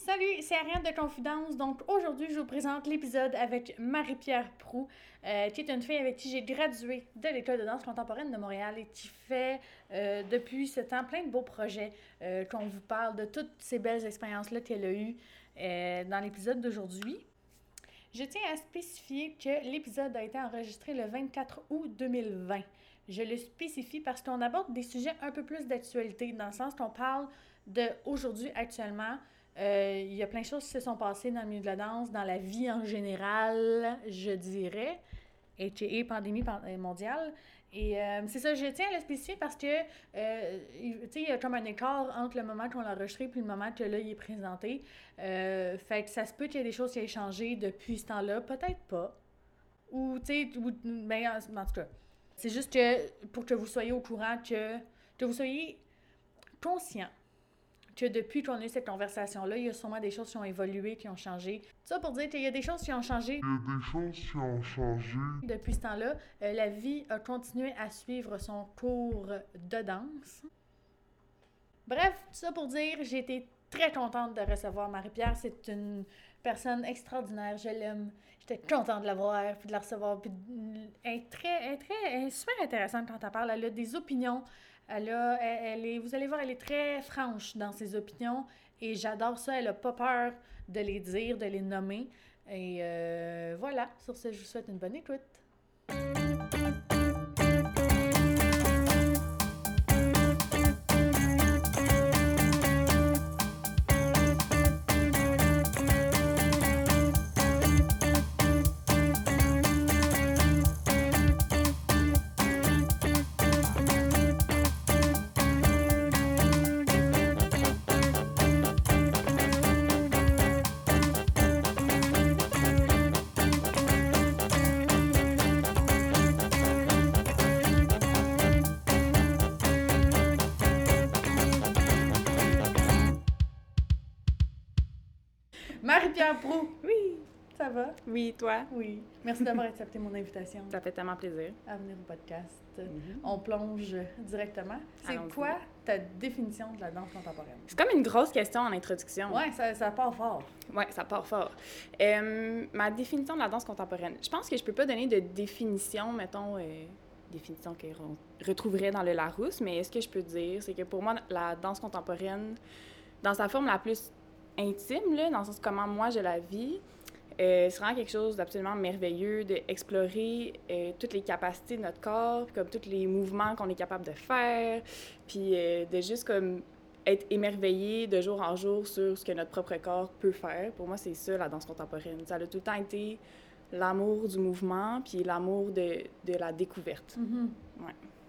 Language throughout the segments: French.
Salut, c'est Ariane de Confidence. Donc aujourd'hui, je vous présente l'épisode avec Marie-Pierre Proulx, qui est une fille avec qui j'ai gradué de l'École de danse contemporaine de Montréal et qui fait depuis ce temps plein de beaux projets, qu'on vous parle de toutes ces belles expériences-là qu'elle a eues dans l'épisode d'aujourd'hui. Je tiens à spécifier que l'épisode a été enregistré le 24 août 2020. Je le spécifie parce qu'on aborde des sujets un peu plus d'actualité, dans le sens qu'on parle d'aujourd'hui actuellement. Il y a plein de choses qui se sont passées dans le milieu de la danse, dans la vie en général, je dirais, et pandémie mondiale. Et c'est ça, je tiens à le spécifier parce que, il y a comme un écart entre le moment qu'on l'a enregistré et le moment que là, il est présenté. Fait que ça se peut qu'il y ait des choses qui aient changé depuis ce temps-là, peut-être pas. Ou, tu sais, ben, en tout cas, c'est juste que pour que vous soyez au courant, que vous soyez conscient que depuis qu'on a eu cette conversation-là, il y a sûrement des choses qui ont évolué, qui ont changé. Ça pour dire qu'il y a des choses qui ont changé. Depuis ce temps-là, la vie a continué à suivre son cours de danse. Bref, tout ça pour dire, j'ai été très contente de recevoir Marie-Pierre. C'est une personne extraordinaire, je l'aime. J'étais contente de la voir, puis de la recevoir. Puis elle est super intéressante quand elle parle. Elle a des opinions. Vous allez voir, elle est très franche dans ses opinions et j'adore ça. Elle n'a pas peur de les dire, de les nommer. Et voilà, sur ce, je vous souhaite une bonne écoute. Marie-Pierre Proulx! Oui! Ça va? Oui, toi? Oui. Merci d'avoir accepté mon invitation Ça fait tellement plaisir. à venir au podcast. On plonge directement. C'est Allons-y. quoi ta définition de la danse contemporaine? C'est comme une grosse question en introduction. Ouais, ça part fort. Ouais, ça part fort. Ma définition de la danse contemporaine. Je pense que je peux pas donner de définition, mettons, définition qu'on retrouverait dans le Larousse, mais ce que je peux dire, c'est que pour moi, la danse contemporaine, dans sa forme la plus intime, là, dans le sens comment moi je la vis, c'est vraiment quelque chose d'absolument merveilleux d'explorer toutes les capacités de notre corps, comme tous les mouvements qu'on est capable de faire, puis de juste comme être émerveillé de jour en jour sur ce que notre propre corps peut faire. Pour moi, c'est ça, la danse contemporaine. Ça a tout le temps été l'amour du mouvement, puis l'amour de la découverte. Mm-hmm.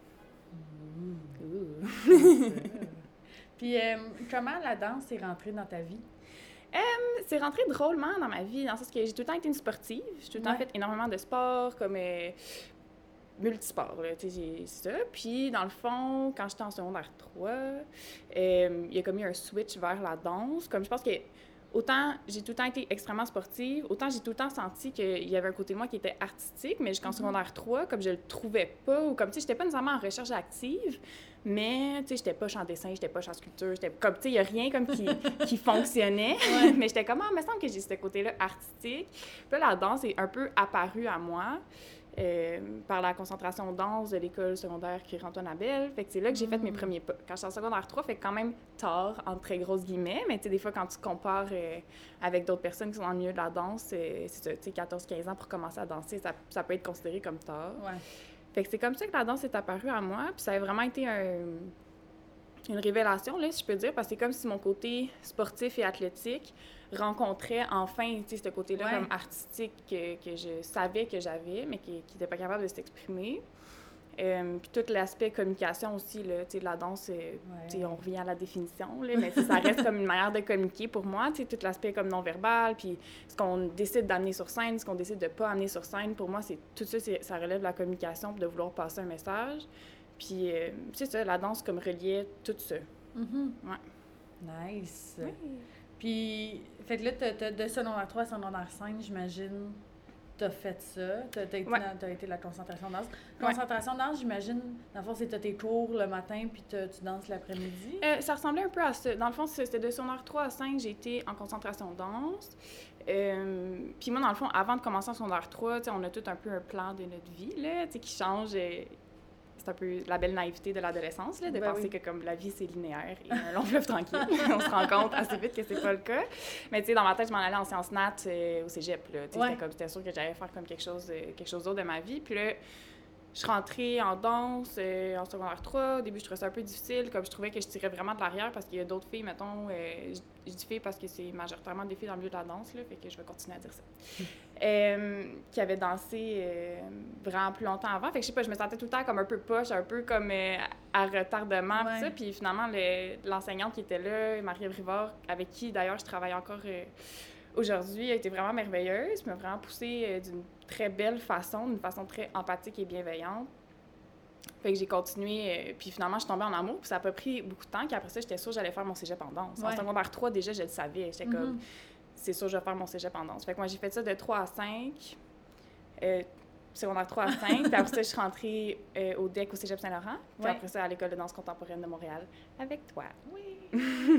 Ouais. Puis comment la danse est rentrée dans ta vie? C'est rentré drôlement dans ma vie, dans le sens que j'ai tout le temps été une sportive. J'ai tout le temps fait énormément de sport, comme multisport, là, tu sais, c'est ça. Puis, dans le fond, quand j'étais en secondaire 3, il y a comme eu un switch vers la danse. Comme je pense que autant j'ai tout le temps été extrêmement sportive, autant j'ai tout le temps senti qu'il y avait un côté de moi qui était artistique, mais jusqu'en secondaire 3, comme je le trouvais pas, ou comme, tu sais, j'étais pas nécessairement en recherche active, mais, tu sais, j'étais pas en dessin, j'étais pas en sculpture, j'étais comme, tu sais, il y a rien comme qui fonctionnait, mais j'étais comme, il me semble que j'ai ce côté-là artistique. Puis là, la danse est un peu apparue à moi. Par la concentration danse de l'école secondaire Curie-Antoine Abel. Fait que c'est là que j'ai fait mes premiers pas. Quand j'étais en secondaire 3, fait quand même tard, entre très grosses guillemets, mais tu sais, des fois, quand tu compares avec d'autres personnes qui sont dans le milieu de la danse, c'est ça, tu sais, 14-15 ans pour commencer à danser, ça peut être considéré comme tard. Ouais. Fait que c'est comme ça que la danse est apparue à moi, puis ça a vraiment été une révélation, là, si je peux dire, parce que c'est comme si mon côté sportif et athlétique rencontrait enfin, tu sais, ce côté-là comme artistique que je savais que j'avais, mais qui n'était pas capable de s'exprimer. Puis tout l'aspect communication aussi, là, tu sais, de la danse, tu sais, on revient à la définition, là, mais ça reste comme une manière de communiquer pour moi, tu sais, tout l'aspect comme non-verbal, puis ce qu'on décide d'amener sur scène, ce qu'on décide de pas amener sur scène, pour moi, tout ça, ça relève de la communication, puis de vouloir passer un message. Puis, c'est ça, la danse comme reliait tout ça. Mm-hmm. Ouais. Nice. Oui. Puis, fait que là, de secondaire 3 à secondaire 5, j'imagine, t'as fait ça. T'as été la concentration danse. Ouais. Concentration danse, j'imagine, dans le fond, c'est t'as tes cours le matin puis tu danses l'après-midi. Ça ressemblait un peu à ça. Dans le fond, c'était de secondaire 3 à 5, j'ai été en concentration danse. Puis moi, dans le fond, avant de commencer en secondaire 3, on a tout un peu un plan de notre vie là, qui change. C'est un peu la belle naïveté de l'adolescence, là, de penser que comme la vie, c'est linéaire et un long fleuve tranquille. On se rend compte assez vite que c'est pas le cas. Mais tu sais, dans ma tête, je m'en allais en sciences nat au cégep. Là, c'était sûr que j'allais faire comme quelque chose d'autre de ma vie. Puis là, je suis rentrée en danse en secondaire 3. Au début, je trouvais ça un peu difficile, comme je trouvais que je tirais vraiment de l'arrière parce qu'il y a d'autres filles, mettons, je dis filles parce que c'est majoritairement des filles dans le milieu de la danse, là, fait que je vais continuer à dire ça, qui avaient dansé vraiment plus longtemps avant. Fait que je sais pas, je me sentais tout le temps comme un peu poche, un peu comme à retardement, pis ça. Puis finalement, l'enseignante qui était là, Marie Rivard, avec qui d'ailleurs je travaille encore aujourd'hui, a été vraiment merveilleuse, m'a vraiment poussée d'une très belle façon, d'une façon très empathique et bienveillante. Fait que j'ai continué, puis finalement, je suis tombée en amour, puis ça a pas pris beaucoup de temps, puis après ça, j'étais sûre que j'allais faire mon cégep en danse. En secondaire 3, déjà, je le savais, j'étais comme, c'est sûr, je vais faire mon cégep en danse. Fait que moi, j'ai fait ça de 3 à 5, secondaire 3 à 5, puis après ça, je suis rentrée au DEC au cégep Saint-Laurent, puis après ça, à l'École de danse contemporaine de Montréal, avec toi. Oui!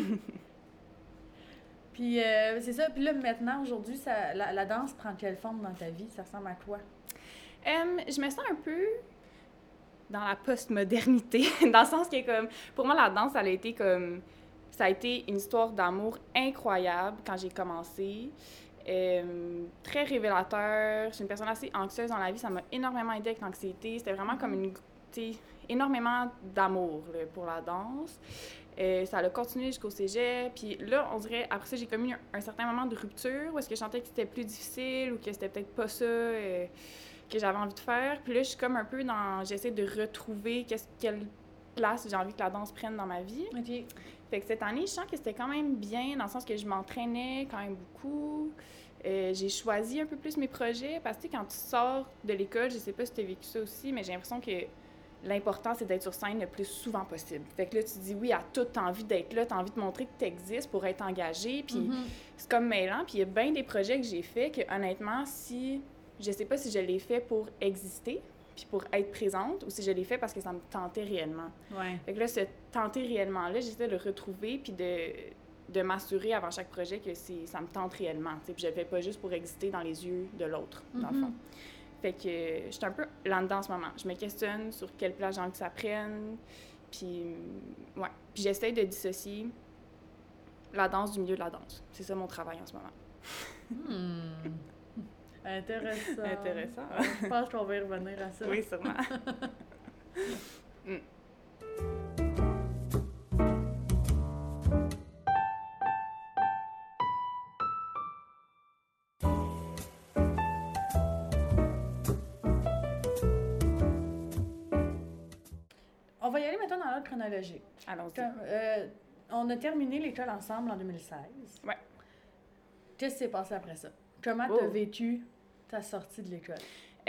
Puis c'est ça. Puis là, maintenant, aujourd'hui, la danse prend quelle forme dans ta vie? Ça ressemble à quoi? Je me sens un peu dans la postmodernité, dans le sens que, comme, pour moi, la danse, ça a été une histoire d'amour incroyable quand j'ai commencé. Très révélateur. Je suis une personne assez anxieuse dans la vie. Ça m'a énormément aidée avec l'anxiété. C'était vraiment comme énormément d'amour là, pour la danse. Ça a continué jusqu'au cégep. Puis là, on dirait, après ça, j'ai commis un certain moment de rupture où est-ce que je sentais que c'était plus difficile ou que c'était peut-être pas ça que j'avais envie de faire. Puis là, je suis comme un peu j'essaie de retrouver quelle place j'ai envie que la danse prenne dans ma vie. OK. Fait que cette année, je sens que c'était quand même bien, dans le sens que je m'entraînais quand même beaucoup. J'ai choisi un peu plus mes projets, parce que quand tu sors de l'école, je sais pas si tu as vécu ça aussi, mais j'ai l'impression que l'important, c'est d'être sur scène le plus souvent possible. Fait que là, tu dis oui à tout, t'as envie d'être là, t'as envie de montrer que t'existes pour être engagé, puis c'est comme mêlant. Puis il y a bien des projets que j'ai faits que, honnêtement, je sais pas si je l'ai fait pour exister, puis pour être présente, ou si je l'ai fait parce que ça me tentait réellement. Ouais. Fait que là, ce tenter réellement-là, j'essaie de le retrouver, puis de m'assurer avant chaque projet que ça me tente réellement. Puis je le fais pas juste pour exister dans les yeux de l'autre, dans le fond. Fait que je suis un peu là-dedans en ce moment. Je me questionne sur quelle place j'ai envie que ça prenne. Puis, ouais. Puis j'essaie de dissocier la danse du milieu de la danse. C'est ça mon travail en ce moment. Intéressant. Intéressant. Je pense qu'on va y revenir à ça. Oui, sûrement. On va y aller maintenant dans l'ordre chronologique. Allons-y. On a terminé l'école ensemble en 2016. Ouais. Qu'est-ce qui s'est passé après ça? Comment t'as vécu ta sortie de l'école?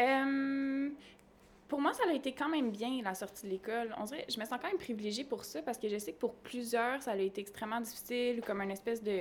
Pour moi, ça a été quand même bien, la sortie de l'école. On dirait, je me sens quand même privilégiée pour ça, parce que je sais que pour plusieurs, ça a été extrêmement difficile, comme une espèce de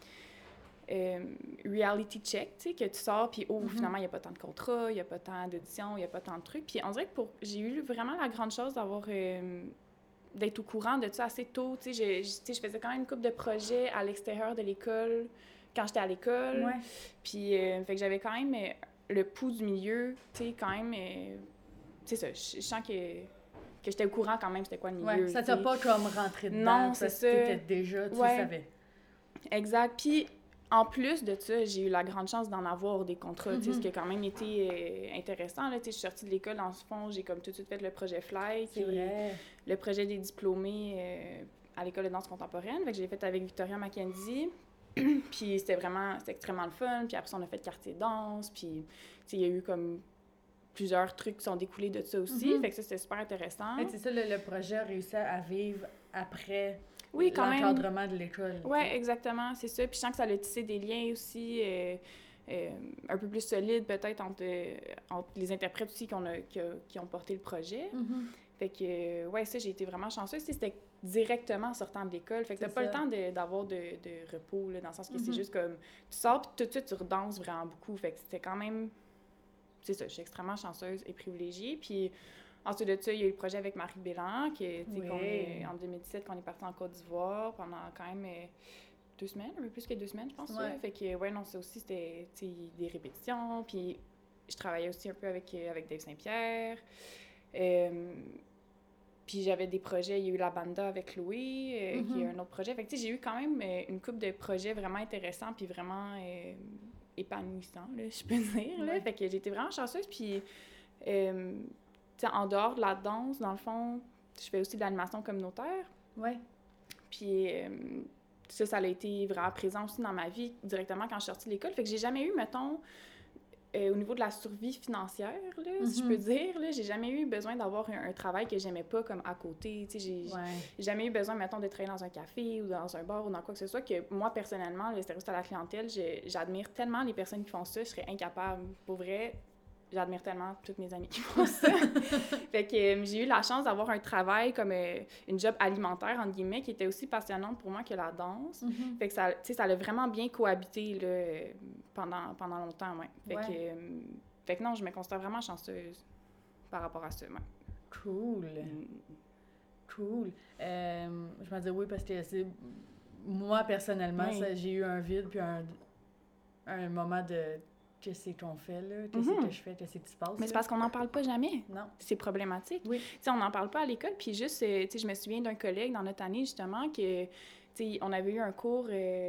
reality check, tu sais, que tu sors, puis finalement, il n'y a pas tant de contrats, il n'y a pas tant d'auditions, il n'y a pas tant de trucs. Puis on dirait que j'ai eu vraiment la grande chance d'être au courant de ça assez tôt. Tu sais, je faisais quand même une couple de projets à l'extérieur de l'école, quand j'étais à l'école. Ouais. Puis, fait que j'avais quand même le pouls du milieu, tu sais, quand même... c'est ça, je sens que j'étais au courant quand même c'était quoi le milieu. Ouais, ça t'a pas comme rentré dedans. Non, c'est ça. T'étais déjà, tu savais. Exact. Puis, en plus de ça, j'ai eu la grande chance d'en avoir des contrats, tu sais, ce qui a quand même été intéressant. Là, tu sais, je suis sortie de l'école, dans ce fond, j'ai comme tout de suite fait le projet Fly, qui est le projet des diplômés à l'École de danse contemporaine. Fait que j'ai fait avec Victoria Mackenzie. Puis c'était extrêmement le fun. Puis après ça, on a fait quartier danse. Puis, tu sais, il y a eu comme plusieurs trucs qui sont découlés de ça aussi. Fait que ça, c'était super intéressant. C'est ça, le projet a réussi à vivre après l'encadrement de l'école. Oui, exactement, c'est ça. Puis je sens que ça a tissé des liens aussi un peu plus solides, peut-être, entre les interprètes aussi qui ont porté le projet. Fait que, ouais, ça, j'ai été vraiment chanceuse. C'était directement en sortant de l'école. Fait que t'as pas le temps d'avoir de repos, là, dans le sens que c'est juste comme... Tu sors, puis tout de suite, tu redanses vraiment beaucoup. Fait que c'était quand même c'est ça, je suis extrêmement chanceuse et privilégiée. Puis ensuite de ça, il y a eu le projet avec Marie Bélan, en 2017, qu'on est parti en Côte d'Ivoire pendant quand même 2 semaines, un peu plus que 2 semaines, je pense. Ouais. Fait que, ça aussi, c'était des répétitions. Puis je travaillais aussi un peu avec Dave Saint-Pierre. Puis j'avais des projets, il y a eu la banda avec Louis, qui est un autre projet. Fait que, j'ai eu quand même une couple de projets vraiment intéressants, puis vraiment épanouissants, là, je peux dire. Là. Fait que j'étais vraiment chanceuse. Puis, en dehors de la danse, dans le fond, je fais aussi de l'animation communautaire. Ouais. Puis ça a été vraiment présent aussi dans ma vie directement quand je suis sortie de l'école. Fait que j'ai jamais eu, mettons, au niveau de la survie financière, là, si je peux dire, là, j'ai jamais eu besoin d'avoir un travail que j'aimais pas comme à côté. J'ai jamais eu besoin, mettons, de travailler dans un café ou dans un bar ou dans quoi que ce soit, que moi, personnellement, le service à la clientèle, j'admire tellement les personnes qui font ça, je serais incapable. Pour vrai, j'admire tellement toutes mes amies qui font ça. Fait que j'ai eu la chance d'avoir un travail comme une job alimentaire, entre guillemets, qui était aussi passionnante pour moi que la danse. Fait que ça a vraiment bien cohabité là, pendant longtemps, ouais. Fait que non, je me considère vraiment chanceuse par rapport à ça, ouais. Cool. Cool. Je me dis oui parce que moi, personnellement, j'ai eu un vide puis un moment de... Qu'est-ce qu'on fait, là? Qu'est-ce que je fais? Qu'est-ce qui se passe? Mais c'est parce qu'on n'en parle pas jamais. Non. C'est problématique. Oui. On n'en parle pas à l'école. Puis juste, je me souviens d'un collègue dans notre année, justement, que, on avait eu un cours...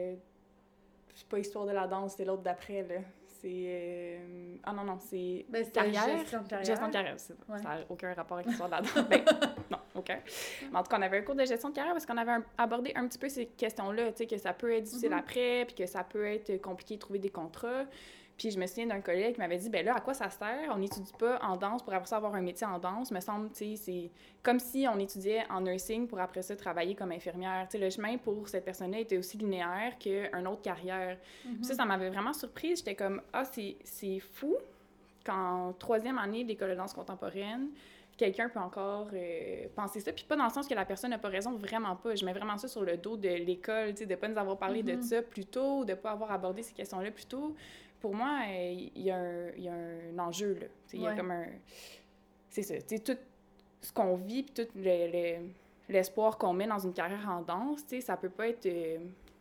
c'est pas Histoire de la danse, c'est l'autre d'après, là. C'est... non, c'est... carrière. Gestion de carrière, c'est ça. Ouais. Ça n'a aucun rapport avec l'histoire de la danse. Non, aucun. Mais en tout cas, on avait un cours de gestion de carrière parce qu'on avait abordé un petit peu ces questions-là, que ça peut être difficile après, puis que ça peut être compliqué de trouver des contrats. Puis je me souviens d'un collègue qui m'avait dit, ben là, à quoi ça sert? On n'étudie pas en danse pour après ça avoir un métier en danse. Me semble, c'est comme si on étudiait en nursing pour après ça travailler comme infirmière. Le chemin pour cette personne-là était aussi linéaire qu'une autre carrière. Puis ça m'avait vraiment surprise. J'étais comme, c'est fou qu'en 3e année d'école de danse contemporaine, quelqu'un peut encore penser ça. Puis pas dans le sens que la personne n'a pas raison, vraiment pas. Je mets vraiment ça sur le dos de l'école, de ne pas nous avoir parlé de ça plus tôt, de ne pas avoir abordé ces questions-là plus tôt. Pour moi, il y a un enjeu, là. Il y a comme un... C'est ça. Tout ce qu'on vit, puis tout l'espoir qu'on met dans une carrière en danse, ça peut pas être... je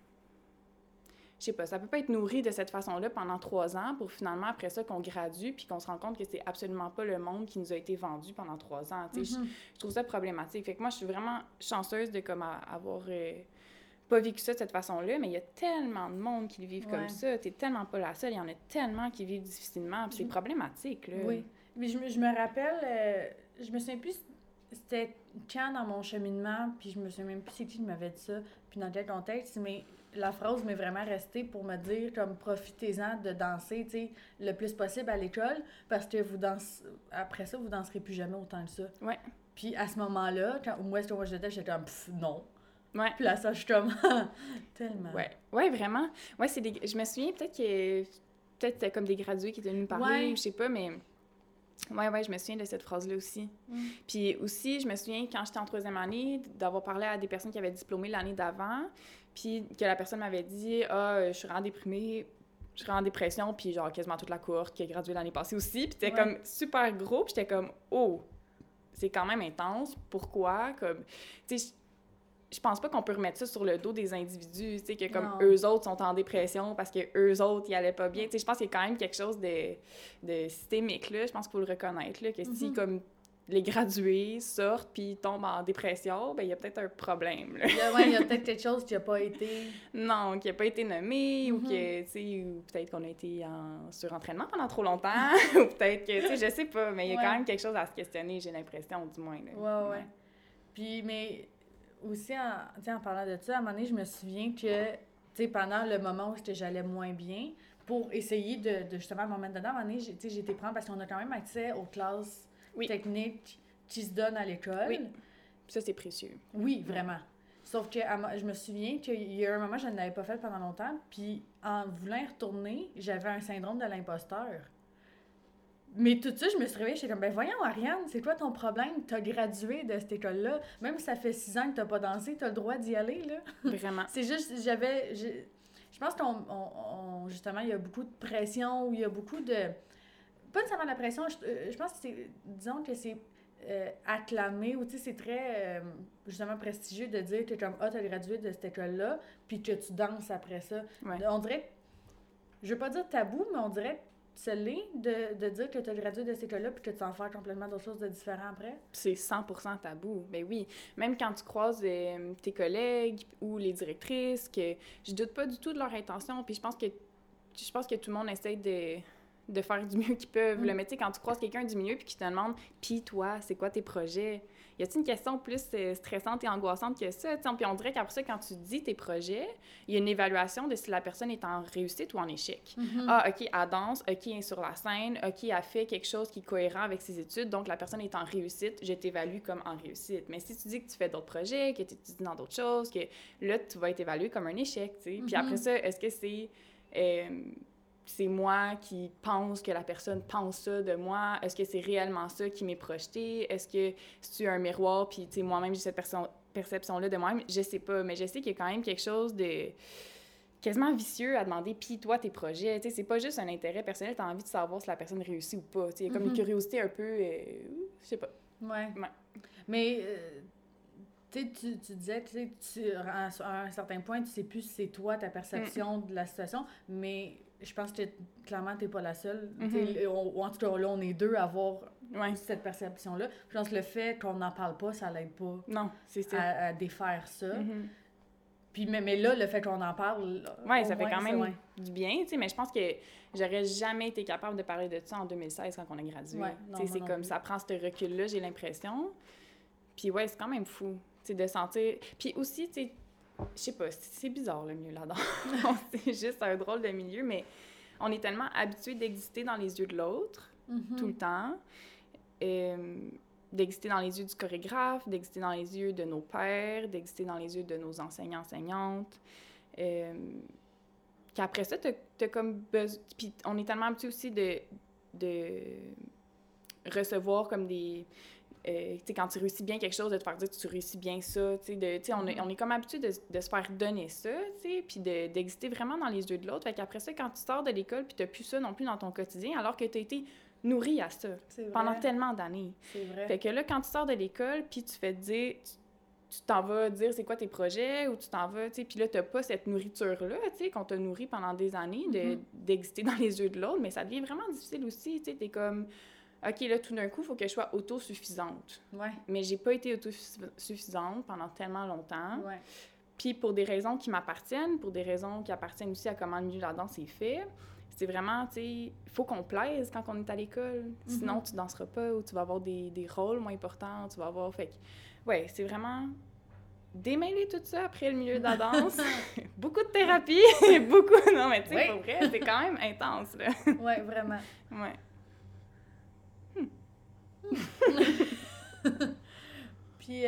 sais pas, ça peut pas être nourri de cette façon-là pendant 3 ans pour finalement, après ça, qu'on gradue puis qu'on se rend compte que c'est absolument pas le monde qui nous a été vendu pendant 3 ans. Je trouve ça problématique. Fait que moi, je suis vraiment chanceuse de comme avoir... pas vécu ça de cette façon-là, mais il y a tellement de monde qui le vivent comme ça. T'es tellement pas la seule. Il y en a tellement qui vivent difficilement. Puis c'est problématique, là. Oui. Mais je me rappelle... je me souviens plus... C'était quand dans mon cheminement, puis je me souviens même plus c'est qui m'avait dit ça, puis dans quel contexte, mais la phrase m'est vraiment restée pour me dire, comme, profitez-en de danser, tu sais, le plus possible à l'école, parce que après ça, vous danserez plus jamais autant que ça. Ouais. Puis à ce moment-là, moi, j'étais comme, non. Ouais. Puis là, ça, je suis comme, tellement. Ouais, vraiment. Ouais, je me souviens peut-être c'était comme des gradués qui étaient venus me parler, je sais pas, mais... Ouais, je me souviens de cette phrase-là aussi. Puis aussi, je me souviens, quand j'étais en 3e année, d'avoir parlé à des personnes qui avaient diplômé l'année d'avant, puis que la personne m'avait dit « je suis vraiment déprimée, je suis en dépression », puis genre quasiment toute la cohorte qui a gradué l'année passée aussi, puis c'était comme super gros, puis j'étais comme « Oh, c'est quand même intense, pourquoi? » Comme, tu sais, je pense pas qu'on peut remettre ça sur le dos des individus, tu sais, que comme eux autres sont en dépression parce que eux autres, ils allaient pas bien. Tu sais, je pense qu'il y a quand même quelque chose de systémique, là. Je pense qu'il faut le reconnaître, là, que si, comme, les gradués sortent puis tombent en dépression, ben il y a peut-être un problème, là. Il y a peut-être quelque chose qui a pas été... Non, qui a pas été nommé, ou que, tu sais, ou peut-être qu'on a été en surentraînement pendant trop longtemps, ou peut-être que, tu sais, je sais pas, mais il y a quand même quelque chose à se questionner, j'ai l'impression, du moins, là. Ouais. Puis, mais... Aussi, en parlant de ça, à un moment donné, je me souviens que, tu sais, pendant le moment où j'allais moins bien, pour essayer de justement, à un moment donné, à un moment donné, j'ai été prendre, parce qu'on a quand même accès aux classes techniques qui se donnent à l'école. Oui, ça, c'est précieux. Oui, vraiment. Sauf que je me souviens qu'il y a un moment, je ne l'avais pas fait pendant longtemps, puis en voulant y retourner, j'avais un syndrome de l'imposteur. Mais tout ça, je me suis réveillée, j'étais comme, ben voyons, Ariane, c'est quoi ton problème? T'as gradué de cette école-là. Même si ça fait 6 ans que t'as pas dansé, t'as le droit d'y aller, là. Vraiment. C'est juste, je pense justement, il y a beaucoup de pression, ou il y a beaucoup de... pas nécessairement la pression, je pense que c'est, disons que c'est acclamé, ou tu sais, c'est très, justement, prestigieux de dire que comme, ah, t'as gradué de cette école-là, puis que tu danses après ça. Ouais. On dirait, je veux pas dire tabou, mais on dirait que ça l'est de dire que t'as gradué de cette école-là, puis que tu en fais complètement d'autres choses de différents après. C'est 100% tabou. Ben oui. Même quand tu croises tes collègues ou les directrices, que je doute pas du tout de leur intention, puis je pense que tout le monde essaie de faire du mieux qu'ils peuvent. Mais tu sais, quand tu croises quelqu'un du milieu puis qui te demande « Puis toi, c'est quoi tes projets? » Y a-t-il une question plus stressante et angoissante que ça? Puis on dirait qu'après ça, quand tu dis tes projets, il y a une évaluation de si la personne est en réussite ou en échec. Ah, OK, elle danse, OK, elle est sur la scène, OK, elle fait quelque chose qui est cohérent avec ses études, donc la personne est en réussite, je t'évalue comme en réussite. Mais si tu dis que tu fais d'autres projets, que tu étudies dans d'autres choses, que là, tu vas être évalué comme un échec, tu sais. Puis après ça, est-ce que c'est moi qui pense que la personne pense ça de moi? Est-ce que c'est réellement ça qui m'est projeté? Est-ce que c'est un miroir, puis tu sais, moi-même, j'ai cette perception-là de moi-même? Je sais pas, mais je sais qu'il y a quand même quelque chose de quasiment vicieux à demander, puis toi, tes projets, tu sais, c'est pas juste un intérêt personnel, t'as envie de savoir si la personne réussit ou pas, tu sais, il y a comme une curiosité un peu, je sais pas. Ouais. Mais, tu disais, tu sais, à un certain point, tu sais plus si c'est toi, ta perception de la situation, mais je pense que clairement, t'es pas la seule. Ou en tout cas, là, on est deux à avoir cette perception-là. Je pense que le fait qu'on n'en parle pas, ça l'aide pas c'est ça. À défaire ça. Puis, mais là, le fait qu'on en parle... Oui, ça fait quand même du bien, tu sais, mais je pense que j'aurais jamais été capable de parler de ça en 2016 quand on a gradué. Tu sais, c'est comme, ça prend ce recul-là, j'ai l'impression. Puis ouais, c'est quand même fou, tu sais, de sentir... Puis aussi, tu sais, je sais pas, c'est bizarre le milieu là-dedans. C'est juste un drôle de milieu, mais on est tellement habitué d'exister dans les yeux de l'autre, tout le temps. D'exister dans les yeux du chorégraphe, d'exister dans les yeux de nos pères, d'exister dans les yeux de nos enseignants-enseignantes. Qu'après ça, t'as comme besoin... Puis on est tellement habitué aussi de recevoir comme des... tu sais, quand tu réussis bien quelque chose, de te faire dire que tu réussis bien ça, tu sais, on est comme habitué de se faire donner ça, tu sais, puis d'exister vraiment dans les yeux de l'autre. Fait qu'après ça, quand tu sors de l'école, puis t'as plus ça non plus dans ton quotidien, alors que t'as été nourri à ça pendant tellement d'années. C'est vrai. Fait que là, quand tu sors de l'école, puis tu fais dire... Tu t'en vas dire c'est quoi tes projets, ou tu t'en vas, tu sais, puis là, t'as pas cette nourriture-là, tu sais, qu'on t'a nourri pendant des années, d'exister dans les yeux de l'autre, mais ça devient vraiment difficile aussi, tu sais, t'es comme... OK, là, tout d'un coup, il faut que je sois autosuffisante. Ouais. Mais j'ai pas été autosuffisante pendant tellement longtemps. Ouais. Puis pour des raisons qui m'appartiennent, pour des raisons qui appartiennent aussi à comment le milieu de la danse est fait, c'est vraiment, tu sais, il faut qu'on plaise quand on est à l'école. Sinon, tu danseras pas ou tu vas avoir des rôles moins importants, tu vas avoir... Fait que, ouais, c'est vraiment... Démêler tout ça après le milieu de la danse. Beaucoup de thérapie, beaucoup... Non, mais tu sais, pour vrai, c'est quand même intense, là. Ouais, vraiment. Ouais. Puis,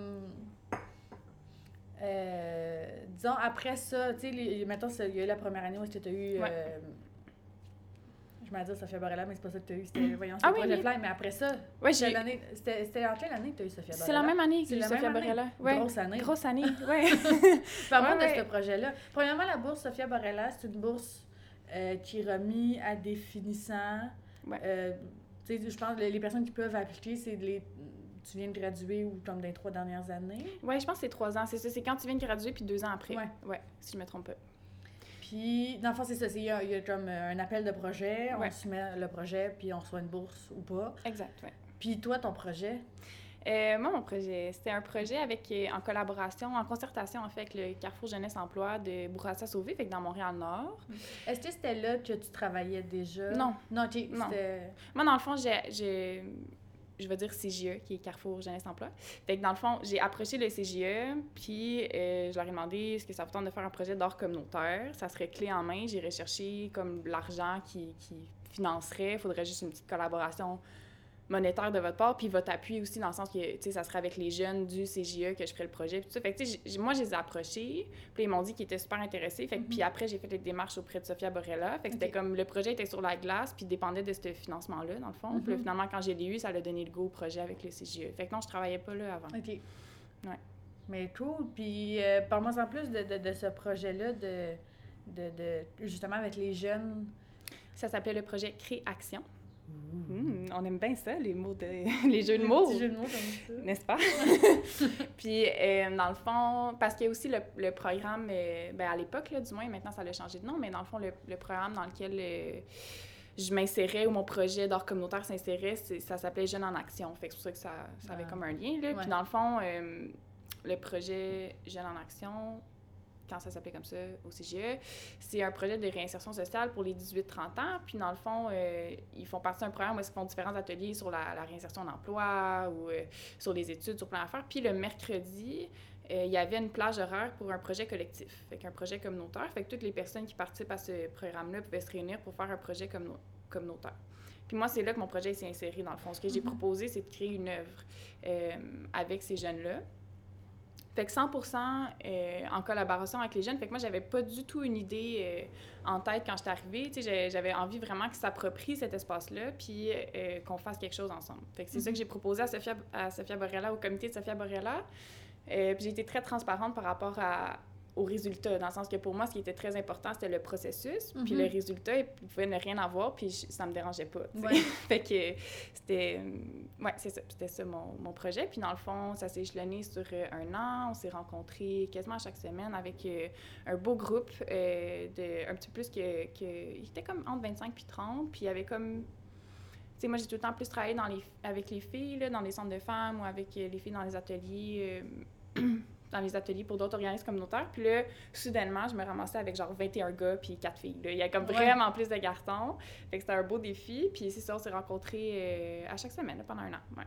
disons, après ça, tu sais, mettons, il y a eu la première année où tu as eu... je m'allais dire Sophia Borella, mais c'est pas ça que tu as eu. C'était, voyons, c'était Projet Fly, mais après ça, c'était en quelle année que tu as eu Sophia Borella? C'est la même année que j'ai eu Sophia Borella. Ouais. Grosse année. Grosse année, oui. Parle-moi de ce projet-là. Premièrement, la bourse Sophia Borella, c'est une bourse qui est remise à des finissants. Tu sais, je pense que les personnes qui peuvent appliquer, c'est tu viens de graduer ou comme dans les 3 dernières années. Oui, je pense que c'est 3 ans. C'est ça, c'est quand tu viens de graduer, puis 2 ans après. Oui, si je me trompe pas. Puis, dans le fond, c'est ça. Il y a comme un appel de projet, on soumet le projet, puis on reçoit une bourse ou pas. Exact, oui. Puis toi, ton projet? Moi, mon projet, c'était un projet en collaboration, en concertation, en fait, avec le Carrefour Jeunesse Emploi de Bourassa-Sauvé, fait que dans Montréal-Nord. Est-ce que c'était là que tu travaillais déjà? Non. Non, OK. Non. Moi, dans le fond, je vais dire CJE, qui est Carrefour Jeunesse Emploi. Fait que dans le fond, j'ai approché le CJE, puis je leur ai demandé est-ce que ça vous tente de faire un projet d'art communautaire. Ça serait clé en main. J'ai recherché comme l'argent qui financerait. Il faudrait juste une petite collaboration monétaire de votre part, puis votre appui aussi, dans le sens que, tu sais, ça serait avec les jeunes du CJE que je ferais le projet, puis tout ça. Fait que, tu sais, moi, je les ai approchés, puis ils m'ont dit qu'ils étaient super intéressés. Fait que, puis après, j'ai fait les démarches auprès de Sophia Borella. Fait que c'était comme, le projet était sur la glace, puis dépendait de ce financement-là, dans le fond. Puis là, finalement, quand j'ai eu, ça a donné le go au projet avec le CJE. Fait que non, je travaillais pas là avant. OK. Ouais. Mais cool. Puis, parle-moi en plus de ce projet-là, justement, avec les jeunes. Ça s'appelait le projet Créaction. On aime bien ça, les jeux de mots. Les jeux de mots comme ça. N'est-ce pas? Puis, dans le fond, parce qu'il y a aussi le programme, à l'époque, là, du moins, maintenant ça a changé de nom, mais dans le fond, le programme dans lequel je m'insérais ou mon projet d'art communautaire s'insérait, ça s'appelait Jeunes en action. Fait que c'est pour ça que ça avait comme un lien, là. Ouais. Puis, dans le fond, le projet Jeunes en action, quand ça s'appelait comme ça au CGE, c'est un projet de réinsertion sociale pour les 18-30 ans. Puis, dans le fond, ils font partie d'un programme où ils font différents ateliers sur la réinsertion d'emploi ou sur les études, sur plein d'affaires. Puis, le mercredi, il y avait une plage horaire pour un projet collectif, fait qu'un projet communautaire. Fait que toutes les personnes qui participent à ce programme-là pouvaient se réunir pour faire un projet communautaire. Puis moi, c'est là que mon projet s'est inséré, dans le fond. Ce que j'ai proposé, c'est de créer une œuvre avec ces jeunes-là. Fait que 100% en collaboration avec les jeunes. Fait que moi, j'avais pas du tout une idée en tête quand j'étais arrivée. Tu sais, j'avais envie vraiment qu'ils s'approprient cet espace-là puis qu'on fasse quelque chose ensemble. Fait que c'est ça que j'ai proposé à Sophia Borrella, au comité de Sophia Borrella. Puis j'ai été très transparente par rapport aux résultats, dans le sens que pour moi, ce qui était très important, c'était le processus, puis le résultat, il pouvait ne rien avoir, puis ça me dérangeait pas. Ouais. Fait que c'était... Ouais, c'est ça. C'était ça mon projet. Puis dans le fond, ça s'est échelonné sur 1 an. On s'est rencontrés quasiment chaque semaine avec un beau groupe un petit peu plus il était comme entre 25 puis 30, puis il y avait comme... Tu sais, moi, j'ai tout le temps plus travaillé avec les filles, là, dans les centres de femmes ou avec les filles dans les ateliers... dans les ateliers pour d'autres organismes communautaires. Puis là, soudainement, je me ramassais avec genre 21 gars puis 4 filles. Là. Il y a comme vraiment plus de garçons. Fait que c'était un beau défi. Puis c'est ça, on s'est rencontrés à chaque semaine là, pendant 1 an. Ouais.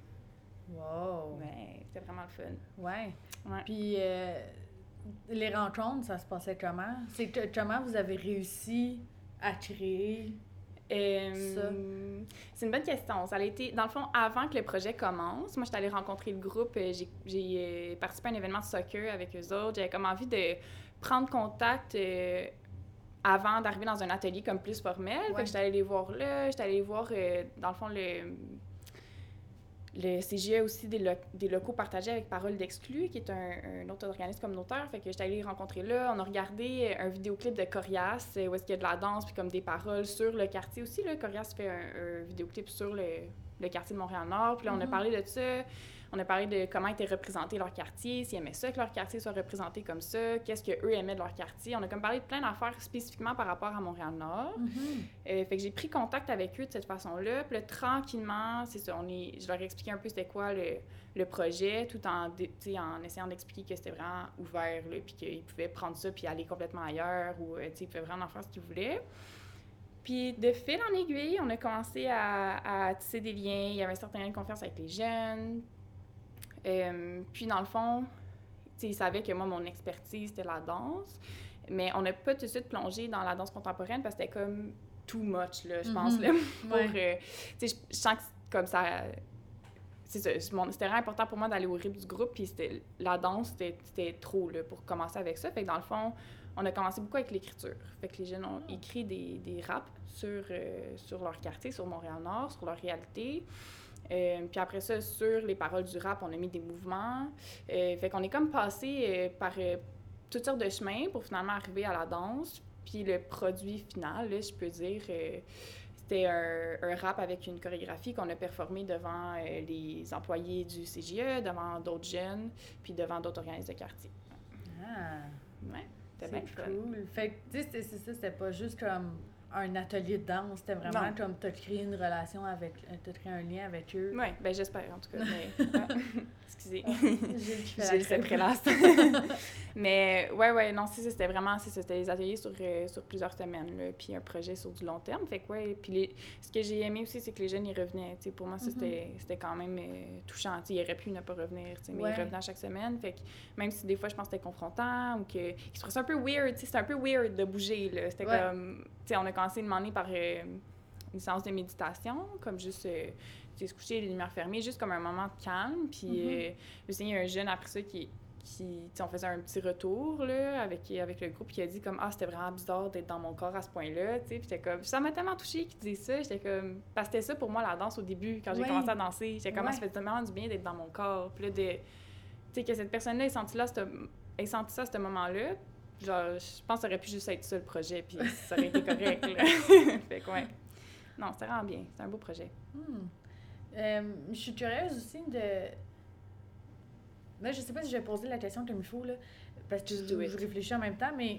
Wow! Ouais, c'était vraiment le fun. Ouais. Puis les rencontres, ça se passait comment? Comment vous avez réussi à créer ça? C'est une bonne question. Ça a été, dans le fond, avant que le projet commence, moi, j'étais allée rencontrer le groupe. J'ai participé à un événement de soccer avec eux autres. J'avais comme envie de prendre contact avant d'arriver dans un atelier comme plus formel. Fait que j'étais allée les voir là. J'étais allée voir, dans le fond, le CGE aussi, des locaux partagés avec Parole d'Exclus, qui est un autre organisme communautaire. Fait que j'étais allée les rencontrer là. On a regardé un vidéoclip de Corias, où est-ce qu'il y a de la danse, puis comme des paroles sur le quartier aussi. Là. Corias fait un vidéoclip sur le quartier de Montréal-Nord. Puis là, on a parlé de ça. On a parlé de comment était représenté leur quartier, s'ils aimaient ça que leur quartier soit représenté comme ça, qu'est-ce qu'eux aimaient de leur quartier. On a comme parlé de plein d'affaires spécifiquement par rapport à Montréal-Nord. Fait que j'ai pris contact avec eux de cette façon-là. Puis là, tranquillement, c'est ça, je leur ai expliqué un peu c'était quoi le projet, tout en essayant d'expliquer que c'était vraiment ouvert, là, puis qu'ils pouvaient prendre ça puis aller complètement ailleurs, ou ils pouvaient vraiment faire ce qu'ils voulaient. Puis de fil en aiguille, on a commencé à tisser des liens. Il y avait un certain lien de confiance avec les jeunes. Puis, dans le fond, ils savaient que moi, mon expertise, c'était la danse. Mais on n'a pas tout de suite plongé dans la danse contemporaine parce que c'était comme too much, là, je pense, là, pour... je sens que comme ça... C'est ça, c'était vraiment important pour moi d'aller au rythme du groupe, puis la danse, c'était trop, là, pour commencer avec ça. Fait que, dans le fond, on a commencé beaucoup avec l'écriture. Fait que les jeunes ont écrit des raps sur leur quartier, sur Montréal-Nord, sur leur réalité. Puis après ça, sur les paroles du rap, on a mis des mouvements. Fait qu'on est comme passé par toutes sortes de chemins pour finalement arriver à la danse. Puis le produit final, là, je peux dire, c'était un rap avec une chorégraphie qu'on a performée devant les employés du CGE, devant d'autres jeunes, puis devant d'autres organismes de quartier. Ah! Ouais, c'était bien cool. Fait que, tu sais, c'est ça, c'était pas juste comme un atelier de danse, c'était vraiment comme t'as créé une relation avec, t'as créé un lien avec eux. Oui, ben j'espère en tout cas. Mais, excusez, j'ai le prélasse. Mais ouais, non, c'était vraiment, c'était des ateliers sur plusieurs semaines, là, puis un projet sur du long terme. Fait que ouais, puis ce que j'ai aimé aussi, c'est que les jeunes, ils revenaient. Tu sais, pour moi, ça, c'était quand même touchant. Tu sais, ils auraient pu ne pas revenir, tu sais, mais ils revenaient à chaque semaine. Fait que même si des fois, je pense que c'était confrontant ou qu'ils se trouvaient un peu weird, tu sais, c'était un peu weird de bouger, là. C'était comme, tu sais, on a commencé à demander par une séance de méditation, comme juste se coucher, les lumières fermées, juste comme un moment de calme. Puis il y a un jeune après ça qui on faisait un petit retour là, avec le groupe qui a dit comme « Ah, c'était vraiment bizarre d'être dans mon corps à ce point-là. » Puis j'étais comme... Ça m'a tellement touchée qu'il disait ça. J'étais comme... Parce que c'était ça pour moi, la danse, au début, quand j'ai commencé à danser. J'étais comme « Ah, ça fait tellement du bien d'être dans mon corps. » Puis là, tu sais, que cette personne-là ait senti ça à ce moment-là, genre, je pense que ça aurait pu juste être ça, le projet, puis ça aurait été correct, là. Fait que, ouais. Non, c'était vraiment bien. C'était un beau projet. Je suis curieuse aussi de... Là, je sais pas si je vais poser la question comme il faut, là, parce que je réfléchis en même temps, mais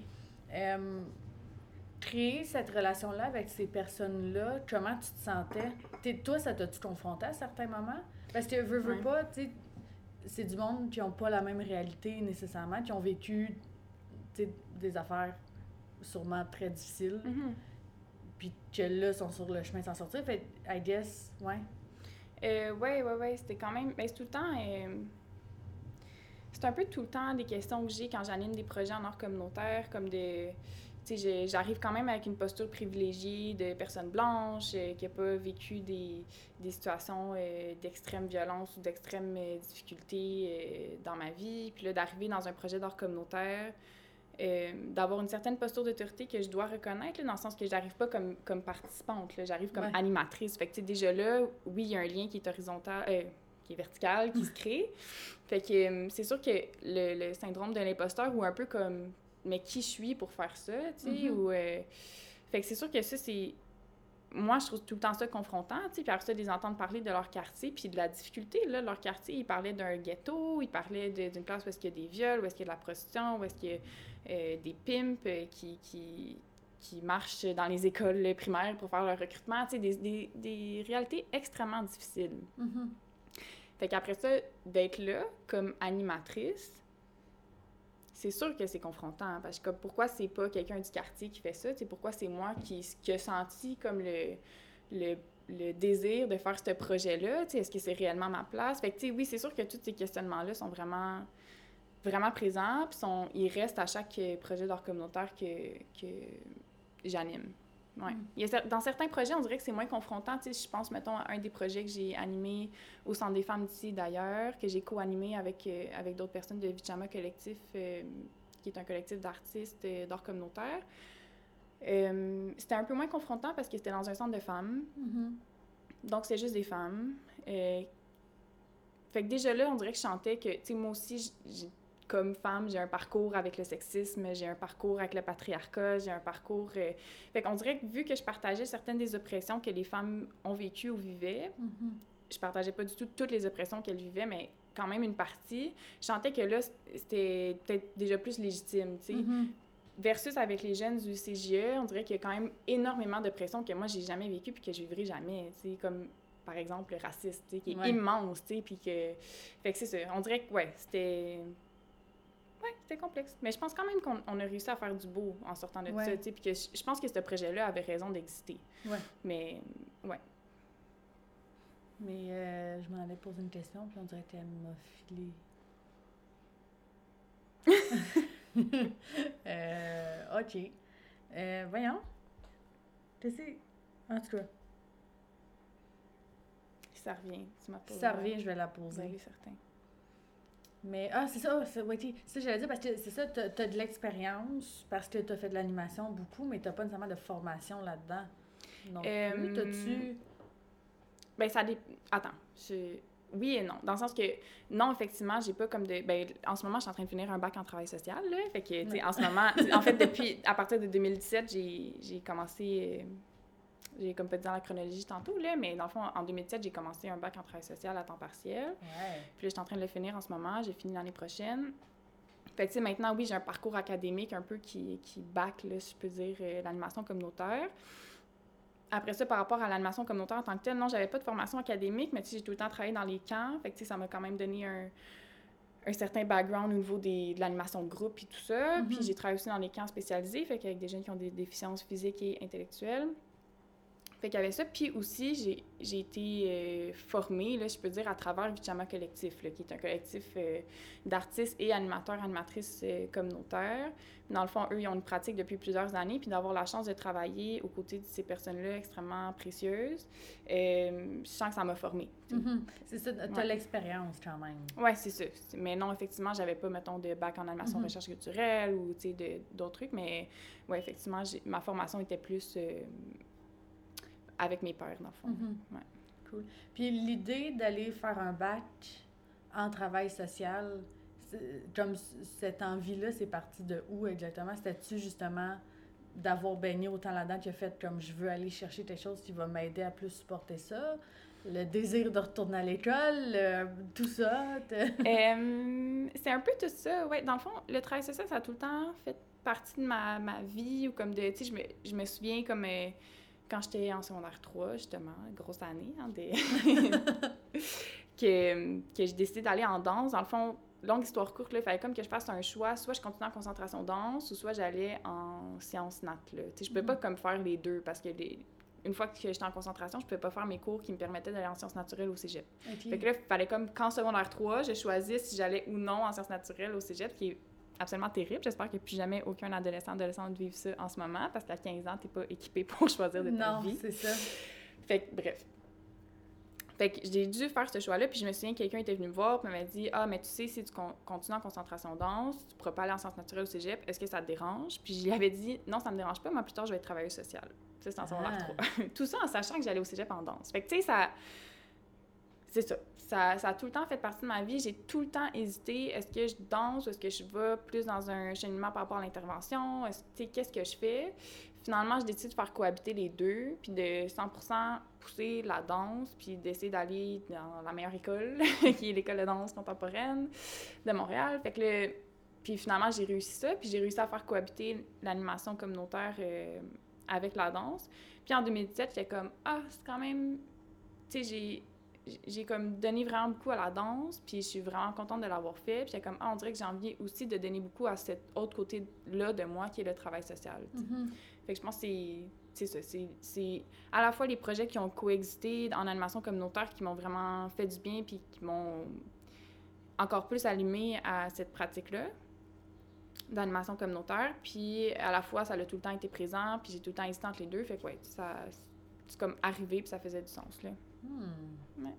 créer cette relation-là avec ces personnes-là, comment tu te sentais? Toi, ça t'a-tu confronté à certains moments? Parce que veux pas, tu sais, c'est du monde qui n'ont pas la même réalité nécessairement, qui ont vécu des affaires sûrement très difficiles, puis que là, sont sur le chemin de s'en sortir. Fait, I guess, ouais. Ouais, c'était quand même... Ben, c'est tout le temps... c'est un peu tout le temps des questions que j'ai quand j'anime des projets en art communautaire, comme de... Tu sais, j'arrive quand même avec une posture privilégiée de personne blanche qui n'a pas vécu des situations d'extrême violence ou d'extrême difficulté dans ma vie. Puis là, d'arriver dans un projet d'art communautaire, d'avoir une certaine posture d'autorité que je dois reconnaître, là, dans le sens que j'arrive pas comme participante, là, j'arrive comme animatrice. Fait que, tu sais, déjà là, oui, il y a un lien qui est horizontal... qui est vertical, qui se crée. Fait que c'est sûr que le syndrome de l'imposteur, ou un peu comme mais qui je suis pour faire ça, tu sais, ou... Fait que c'est sûr que ça, c'est... Moi, je trouve tout le temps ça confrontant, tu sais, puis après ça, de les entendre parler de leur quartier, puis de la difficulté, là, leur quartier. Ils parlaient d'un ghetto, ils parlaient d'une place où est-ce qu'il y a des viols, où est-ce qu'il y a de la prostitution, où est-ce qu'il y a des pimps qui marchent dans les écoles primaires pour faire leur recrutement, tu sais, des réalités extrêmement difficiles. Fait qu'après ça, d'être là, comme animatrice, c'est sûr que c'est confrontant, parce que pourquoi c'est pas quelqu'un du quartier qui fait ça, t'sais, pourquoi c'est moi qui a senti comme le désir de faire ce projet-là, est-ce que c'est réellement ma place? Fait que, oui, c'est sûr que tous ces questionnements-là sont vraiment, vraiment présents, puis ils restent à chaque projet d'art communautaire que j'anime. Ouais. Dans certains projets, on dirait que c'est moins confrontant. Je pense, mettons, à un des projets que j'ai animé au Centre des femmes d'ici, d'ailleurs, que j'ai co-animé avec d'autres personnes de Vichama Collectif, qui est un collectif d'artistes d'art communautaire. C'était un peu moins confrontant parce que c'était dans un centre de femmes. Donc, c'est juste des femmes. Fait que déjà là, on dirait que je sentais que, tu sais, moi aussi, comme femme, j'ai un parcours avec le sexisme, j'ai un parcours avec le patriarcat, j'ai un parcours... Fait qu'on dirait que vu que je partageais certaines des oppressions que les femmes ont vécues ou vivaient, je partageais pas du tout toutes les oppressions qu'elles vivaient, mais quand même une partie, je sentais que là, c'était peut-être déjà plus légitime, tu sais. Versus avec les jeunes du CJE, on dirait qu'il y a quand même énormément d'oppressions que moi, j'ai jamais vécues puis que je vivrai jamais, tu sais, comme... par exemple, le racisme, tu sais, qui est immense, tu sais, puis que... Fait que c'est ça, on dirait que, c'était... Oui, c'était complexe. Mais je pense quand même qu'on a réussi à faire du beau en sortant de ça, tu sais, puis que je pense que ce projet-là avait raison d'exister. Mais, Mais je m'en allais poser une question, puis on dirait qu'elle m'a filé. OK. Voyons. T'essaies... En tout cas. Si ça revient, tu m'as posé. Si ça revient, je vais la poser. Oui, certain. Mais, c'est ça, ça j'allais dire, parce que c'est ça, t'as de l'expérience, parce que t'as fait de l'animation beaucoup, mais t'as pas nécessairement de formation là-dedans. Non plus, t'as-tu... Ben, ça dépend... Attends, oui et non, dans le sens que, non, effectivement, j'ai pas comme de... Ben, en ce moment, je suis en train de finir un bac en travail social, là, fait que, tu sais, en ce moment, en fait, à partir de 2017, j'ai commencé... j'ai comme pas dit dans la chronologie tantôt, là, mais dans le fond, en 2017, j'ai commencé un bac en travail social à temps partiel. Puis là, je suis en train de le finir en ce moment. J'ai fini l'année prochaine. Fait que, tu sais, maintenant, oui, j'ai un parcours académique un peu qui back, là, si je peux dire, l'animation communautaire. Après ça, par rapport à l'animation communautaire en tant que telle, non, j'avais pas de formation académique, mais tu sais, j'ai tout le temps travaillé dans les camps. Fait que, tu sais, ça m'a quand même donné un certain background au niveau de l'animation de groupe et tout ça. Puis j'ai travaillé aussi dans les camps spécialisés, fait qu'avec des jeunes qui ont des déficiences physiques et intellectuelles. Fait qu'il y avait ça. Puis aussi, j'ai été formée, là, je peux dire, à travers Vichama Collectif, là, qui est un collectif d'artistes et animateurs-animatrices communautaires. Dans le fond, eux, ils ont une pratique depuis plusieurs années. Puis d'avoir la chance de travailler aux côtés de ces personnes-là extrêmement précieuses, je sens que ça m'a formée. C'est ça, t'as l'expérience quand même. Oui, c'est ça. Mais non, effectivement, j'avais pas, mettons, de bac en animation recherche culturelle ou, tu sais, d'autres trucs. Mais oui, effectivement, ma formation était plus... avec mes pairs, dans le fond. Cool. Puis l'idée d'aller faire un bac en travail social, comme cette envie-là, c'est parti de où exactement? C'était-tu justement d'avoir baigné autant là-dedans qui a fait comme je veux aller chercher quelque chose qui va m'aider à plus supporter ça? Le désir de retourner à l'école, tout ça? C'est un peu tout ça, ouais. Dans le fond, le travail social, ça a tout le temps fait partie de ma vie, ou comme de, tu sais, je me souviens comme quand j'étais en secondaire 3, justement, grosse année, hein, que j'ai décidé d'aller en danse. Dans le fond, longue histoire courte, là, il fallait comme que je fasse un choix. Soit je continuais en concentration danse, ou soit j'allais en sciences nat, là. Tu sais, je pouvais pas comme faire les deux, parce que une fois que j'étais en concentration, je pouvais pas faire mes cours qui me permettaient d'aller en sciences naturelles au cégep. Okay. Fait que là, il fallait comme qu'en secondaire 3, je choisisse si j'allais ou non en sciences naturelles au cégep, qui est absolument terrible. J'espère que plus jamais aucun adolescente vive ça en ce moment, parce qu'à 15 ans, t'es pas équipé pour choisir de ta vie. Non, c'est ça. Fait que, bref. Fait que j'ai dû faire ce choix-là, puis je me souviens que quelqu'un était venu me voir, puis m'avait dit « Ah, mais tu sais, si tu continues en concentration danse, tu pourras pas aller en sciences naturelles au cégep, est-ce que ça te dérange? » Puis je lui avais dit « Non, ça me dérange pas, moi, plus tard, je vais être travailleuse sociale. » Ça, c'est en secondaire 3. Tout ça en sachant que j'allais au cégep en danse. Fait que, tu sais, ça... C'est ça. Ça a tout le temps fait partie de ma vie. J'ai tout le temps hésité. Est-ce que je danse ou est-ce que je vais plus dans un cheminement par rapport à l'intervention? Qu'est-ce que je fais? Finalement, je décide de faire cohabiter les deux, puis de 100% pousser la danse, puis d'essayer d'aller dans la meilleure école, qui est l'école de danse contemporaine de Montréal. Fait que puis finalement, j'ai réussi ça, puis j'ai réussi à faire cohabiter l'animation communautaire avec la danse. Puis en 2017, j'étais comme « Ah, c'est quand même... » Tu sais, j'ai comme donné vraiment beaucoup à la danse, puis je suis vraiment contente de l'avoir fait. Puis j'étais comme « Ah, on dirait que j'ai envie aussi de donner beaucoup à cet autre côté-là de moi, qui est le travail social. » Fait que je pense que c'est ça. C'est à la fois les projets qui ont coexisté en animation communautaire qui m'ont vraiment fait du bien, puis qui m'ont encore plus allumée à cette pratique-là d'animation communautaire. Puis à la fois, ça a tout le temps été présent, puis j'ai tout le temps hésité entre les deux. Fait que ouais, c'est comme arrivé, puis ça faisait du sens, là. Ouais.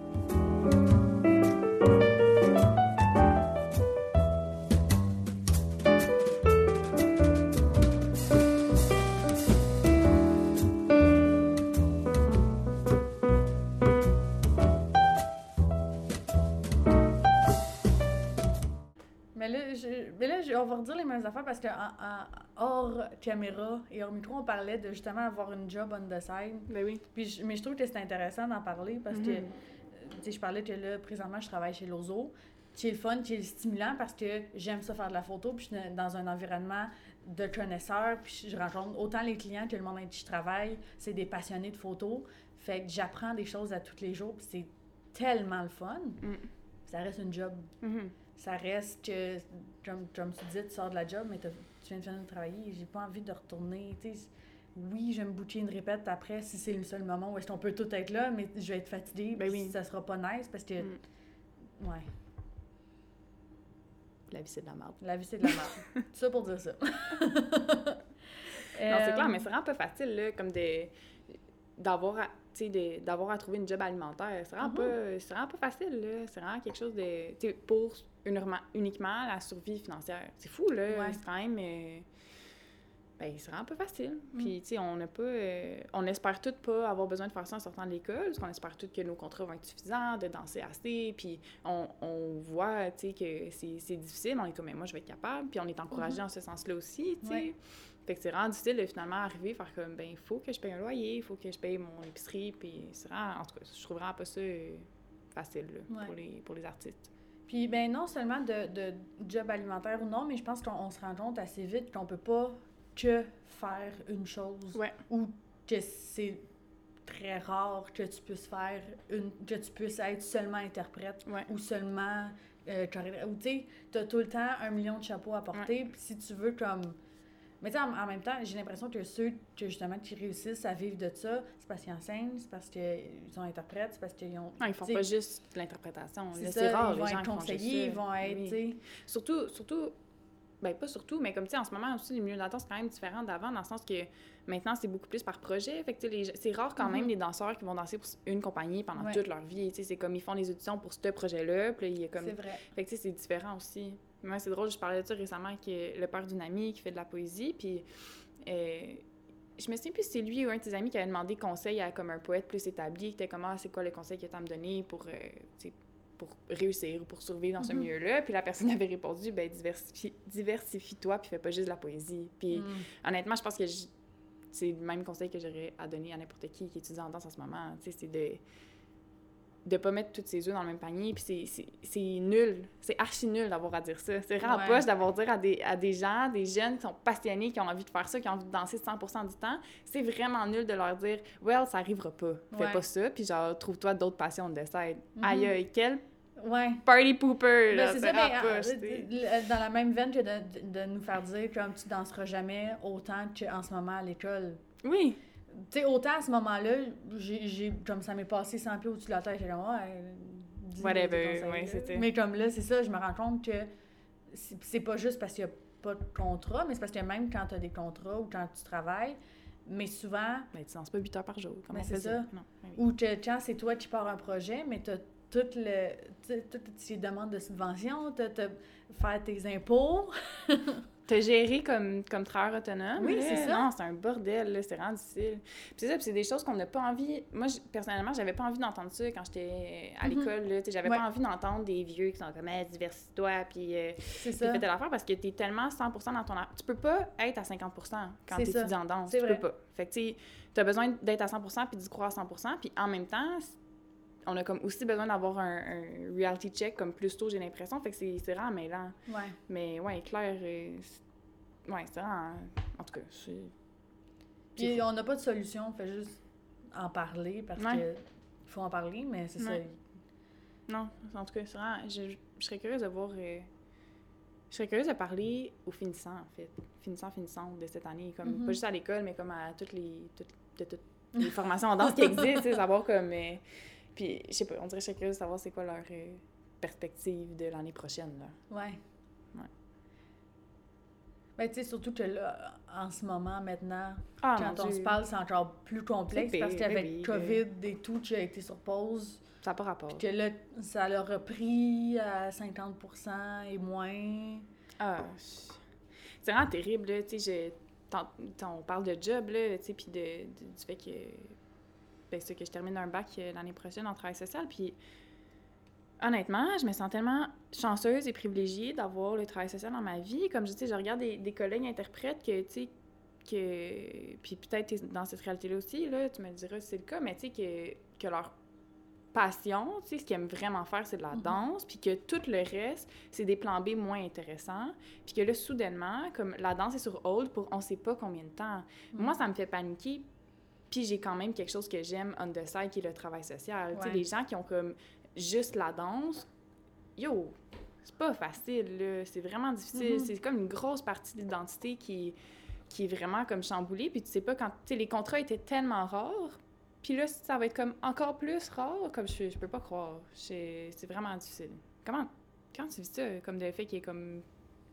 Mais là, on va redire les mêmes affaires parce que hors caméra et hors micro, on parlait de justement avoir une job on the side. Ben oui. Mais je trouve que c'est intéressant d'en parler parce que, tu sais, je parlais que là, présentement, je travaille chez Lozo, qui est le fun, qui est le stimulant parce que j'aime ça faire de la photo, puis je suis dans un environnement de connaisseurs, puis je rencontre autant les clients que le monde avec qui je travaille, c'est des passionnés de photos. Fait que j'apprends des choses à tous les jours, puis c'est tellement le fun. Ça reste une job. Ça reste que, comme tu disais, tu sors de la job, mais tu viens de finir de travailler. J'ai pas envie de retourner. T'sais, oui, je vais me boucher une répète après si c'est le seul moment où est-ce qu'on peut tout être là, mais je vais être fatiguée. Ben oui. Ça sera pas nice parce que. Ouais. La vie, c'est de la merde. La vie, c'est de la merde. Tout ça pour dire ça. Non, c'est clair, mais c'est vraiment pas facile, là, comme d'avoir à trouver une job alimentaire. C'est vraiment, pas facile, là. C'est vraiment quelque chose de... pour uniquement la survie financière. C'est fou, là. Ouais. C'est quand même... c'est vraiment pas facile. Puis, tu sais, on n'a pas... on espère toutes pas avoir besoin de faire ça en sortant de l'école, parce qu'on espère toutes que nos contrats vont être suffisants, de danser assez, puis on voit, tu sais, que c'est difficile. On est comme, mais moi, je vais être capable, puis on est encouragé en ce sens-là aussi, tu sais. Ouais. Fait que c'est vraiment difficile de finalement arriver, faire comme, il faut que je paye un loyer, il faut que je paye mon épicerie, puis c'est vraiment, en tout cas, je trouve vraiment pas ça facile, là, pour les artistes. Puis, non seulement de job alimentaire ou non, mais je pense qu'on se rend compte assez vite qu'on peut pas que faire une chose. Ouais. Ou que c'est très rare que tu puisses faire que tu puisses être seulement interprète ou seulement ou tu sais, t'as tout le temps 1 million de chapeaux à porter, puis si tu veux comme... Mais tu sais, en même temps, j'ai l'impression que ceux justement qui réussissent à vivre de ça, c'est parce qu'ils enseignent, c'est parce qu'ils sont interprètes, c'est parce qu'ils ont... Non, ils font pas juste de l'interprétation. C'est rare, les gens qui font conseillers, ils vont être, tu sais... Surtout, pas surtout, mais comme tu sais, en ce moment aussi, les milieux de la danse sont quand même différents d'avant, dans le sens que maintenant, c'est beaucoup plus par projet. Fait que c'est rare quand même les danseurs qui vont danser pour une compagnie pendant toute leur vie. Tu sais, c'est comme ils font les auditions pour ce projet-là, puis il y a comme... C'est vrai. Fait que tu sais, c'est différent aussi. Moi, c'est drôle, je parlais de ça récemment avec le père d'une amie qui fait de la poésie, puis je me souviens plus si c'est lui ou un de ses amis qui avait demandé conseil à comme un poète plus établi, qui était comme « Ah, c'est quoi le conseil que tu as à me donner pour pour réussir ou pour survivre dans ce milieu-là. Puis la personne avait répondu, ben diversifie-toi, puis fais pas juste de la poésie. Puis honnêtement, je pense que c'est le même conseil que j'aurais à donner à n'importe qui étudie en danse en ce moment. Tu sais, c'est de pas mettre toutes ses œufs dans le même panier, puis c'est nul, c'est archi nul d'avoir à dire ça. C'est vraiment poche d'avoir à dire à des gens, des jeunes qui sont passionnés, qui ont envie de faire ça, qui ont envie de danser 100% du temps, c'est vraiment nul de leur dire « Well, ça arrivera pas, fais pas ça, puis genre, trouve-toi d'autres passions de side. Aïe, aïe, quel party pooper, là, c'est ça, mais dans la même veine que de nous faire dire comme tu danseras jamais autant qu'en ce moment à l'école. Oui. Tu sais, autant à ce moment-là, comme ça m'est passé 100 pieds au-dessus de la tête, j'étais comme, whatever, c'était... Mais comme là, c'est ça, je me rends compte que c'est pas juste parce qu'il y a pas de contrat, mais c'est parce que même quand tu as des contrats ou quand tu travailles, mais souvent... Mais tu danses pas 8 heures par jour, comment c'est ça. Non, ou quand c'est toi qui pars un projet, mais t'as toutes tes demandes de subvention, faire tes impôts... Te gérer comme travailleur autonome. Oui, là, c'est ça. Non, c'est un bordel, là, c'est vraiment difficile. Puis c'est ça, puis c'est des choses qu'on n'a pas envie... Moi, personnellement, j'avais pas envie d'entendre ça quand j'étais à l'école, là. J'avais pas envie d'entendre des vieux qui sont comme « diversifie-toi », puis fais de l'affaire, parce que t'es tellement 100% dans ton... Tu peux pas être à 50% quand t'es étudiant en danse. Tu peux pas. Fait que, tu sais, t'as besoin d'être à 100% puis d'y croire à 100%, puis en même temps... On a comme aussi besoin d'avoir un reality check comme plus tôt, j'ai l'impression. Fait que c'est vraiment mêlant. Ouais. Mais Claire, c'est vraiment... En tout cas, c'est... Puis on n'a pas de solution, on fait juste en parler parce que il faut en parler, mais c'est ça. Non, en tout cas, c'est vraiment... Je serais curieuse de voir... Je serais curieuse de parler aux finissants, en fait. Finissants de cette année. Comme, pas juste à l'école, mais comme à toutes les formations en danse qui existent, savoir comme... Puis, je sais pas, on dirait que je serais curieuse de savoir c'est quoi leur perspective de l'année prochaine, là. Ouais. Ben, tu sais, surtout que là, en ce moment, maintenant, quand on se parle, c'est encore plus complexe parce qu'avec COVID et tout, qui a été sur pause. Ça n'a pas rapport. Puis que là, ça l'a repris à 50% et moins. Ah, c'est vraiment terrible, là, tu sais, on parle de job, là, tu sais, puis du fait que... Ben, c'est que je termine un bac l'année prochaine en travail social, puis honnêtement, je me sens tellement chanceuse et privilégiée d'avoir le travail social dans ma vie. Comme je dis, je regarde des collègues interprètes que, tu sais, puis peut-être dans cette réalité-là aussi, là, tu me diras si c'est le cas, mais tu sais, que leur passion, tu sais, ce qu'ils aiment vraiment faire, c'est de la danse, puis que tout le reste, c'est des plans B moins intéressants, puis que là, soudainement, comme la danse est sur hold pour on sait pas combien de temps. Moi, ça me fait paniquer. Puis j'ai quand même quelque chose que j'aime on the side, qui est le travail social. Tu sais, les gens qui ont comme juste la danse, c'est pas facile, là. C'est vraiment difficile. C'est comme une grosse partie de l'identité qui est vraiment comme chamboulée. Puis tu sais pas quand... Tu sais, les contrats étaient tellement rares. Puis là, ça va être comme encore plus rare. Comme je peux pas croire. C'est vraiment difficile. Quand tu vis ça, comme le fait qu'il est comme...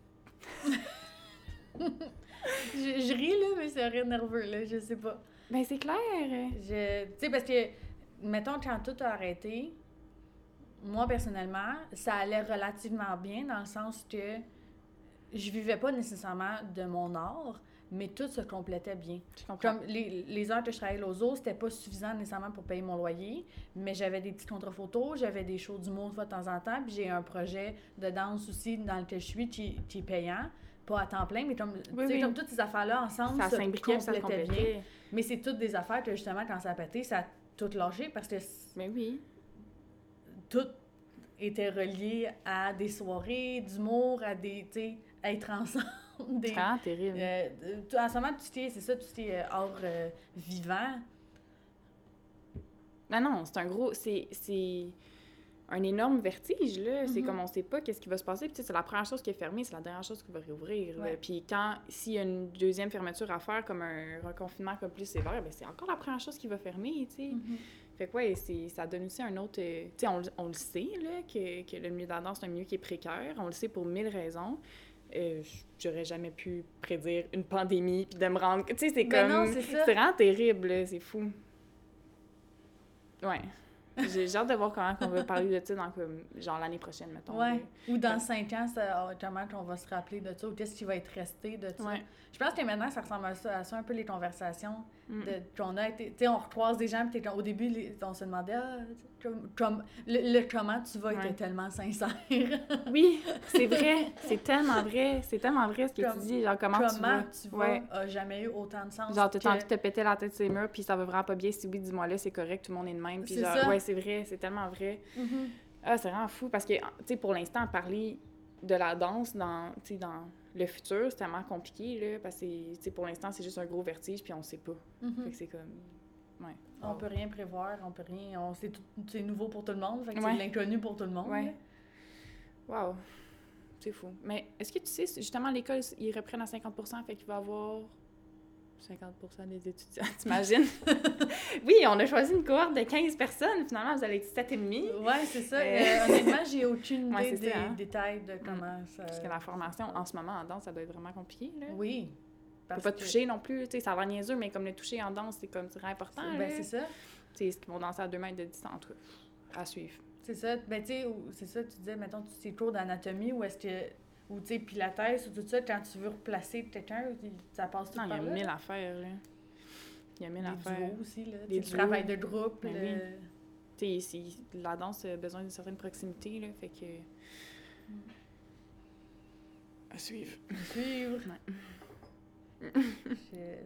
je ris, là, mais c'est rien de nerveux, là. Je sais pas. Ben, c'est clair! Tu sais, parce que, mettons, quand tout a arrêté, moi, personnellement, ça allait relativement bien dans le sens que je vivais pas nécessairement de mon art, mais tout se complétait bien. Comme les heures que je travaillais l'OZO, c'était pas suffisant nécessairement pour payer mon loyer, mais j'avais des petits contrats photos, j'avais des shows d'humour de temps en temps, puis j'ai un projet de danse aussi dans lequel je suis qui est payant. Pas à temps plein, mais comme, comme toutes ces affaires-là ensemble, ça se complétait bien. Mais c'est toutes des affaires que, justement, quand ça a pété, ça a tout lâché parce que... Mais oui. Tout était relié à des soirées d'humour, à des, tu sais, être ensemble. C'est vraiment terrible. En ce moment, tout ce qui est art vivant. Non, c'est un gros... C'est un énorme vertige, là. C'est comme on sait pas qu'est-ce qui va se passer. Puis, tu sais, c'est la première chose qui est fermée, c'est la dernière chose qui va réouvrir. Puis, s'il y a une deuxième fermeture à faire, comme un reconfinement comme plus sévère, bien, c'est encore la première chose qui va fermer, tu sais. Fait que, ça donne aussi un autre... tu sais, on le sait, là, que le milieu de la danse, c'est un milieu qui est précaire. On le sait pour 1000 raisons. J'aurais jamais pu prédire une pandémie, puis de me rendre... Tu sais, c'est comme... Non, c'est vraiment terrible, là. C'est fou. Ouais. J'ai hâte de voir comment on va parler de ça dans genre l'année prochaine, mettons. Ouais. Ou dans 5 ans, comment on va se rappeler de ça, ou qu'est-ce qui va être resté de ça. Ouais. Je pense que maintenant, ça ressemble à ça un peu les conversations qu'on a été... Tu sais, on recroise des gens, puis au début, on se demandait Le comment tu vas était tellement sincère. Oui, c'est vrai. C'est tellement vrai. C'est tellement vrai ce que tu dis. Genre, comment tu vas a jamais eu autant de sens. Genre, t'as envie de te péter la tête sur les murs, puis ça va vraiment pas bien. Si oui, dis-moi là, c'est correct, tout le monde est de même. Puis genre, ça. ouais, c'est vrai, c'est tellement vrai. Ah, c'est vraiment fou parce que, tu sais, pour l'instant, parler de la danse dans le futur, c'est tellement compliqué, là, parce que, tu sais, pour l'instant, c'est juste un gros vertige, puis on sait pas. Fait que c'est comme... Ouais. On peut rien prévoir, on peut rien... C'est nouveau pour tout le monde, fait que c'est de l'inconnu pour tout le monde. Ouais. Wow. C'est fou. Mais est-ce que tu sais, justement, l'école, ils reprennent à 50%, fait qu'il va y avoir 50% des étudiants, t'imagines? Oui, on a choisi une cohorte de 15 personnes, finalement, vous allez être 7,5. Ouais, c'est ça. Honnêtement, j'ai aucune idée des détails de comment ça... Parce que la formation, en ce moment, en danse, ça doit être vraiment compliqué, là. Oui. On peut pas toucher non plus, tu sais, ça a l'air niaiseux, mais comme le toucher en danse, c'est comme vraiment important, Ben, c'est ça. Tu sais, ce qu'ils vont danser à 2 mètres de distance, en tout cas, à suivre. C'est ça. Ben, tu sais, c'est ça, tu disais, mettons, tes cours d'anatomie, ou est-ce que... Ou, tu sais, pilates, ou tout ça, quand tu veux replacer quelqu'un, ça passe tout par là. Non, il y a 1000 affaires, là. Il y a 1000 affaires. Des duos aussi, là. Des travail de groupe. Ben oui. Tu sais, la danse a besoin d'une certaine proximité, là, fait que... À suivre. À suivre. Ouais. Shit.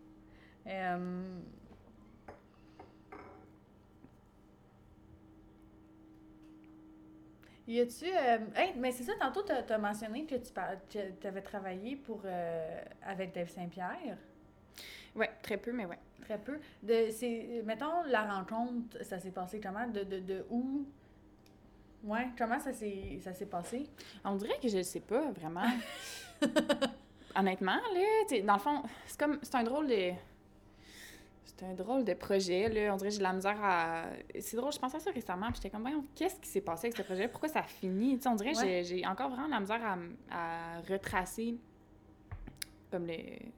Y a-tu... Hey, mais c'est ça, tantôt, t'as mentionné que tu avais travaillé avec Dave Saint-Pierre. Ouais, très peu, mais ouais. Très peu. Mettons, la rencontre, ça s'est passé comment? De où? Ouais, comment ça s'est passé? On dirait que je le sais pas, vraiment. Honnêtement, là, dans le fond, c'est un drôle de... C'est un drôle de projet, là. On dirait que j'ai de la misère à... C'est drôle, je pensais à ça récemment, puis j'étais comme, voyons, qu'est-ce qui s'est passé avec ce projet? Pourquoi ça finit? T'sais, on dirait que j'ai encore vraiment de la misère à retracer comme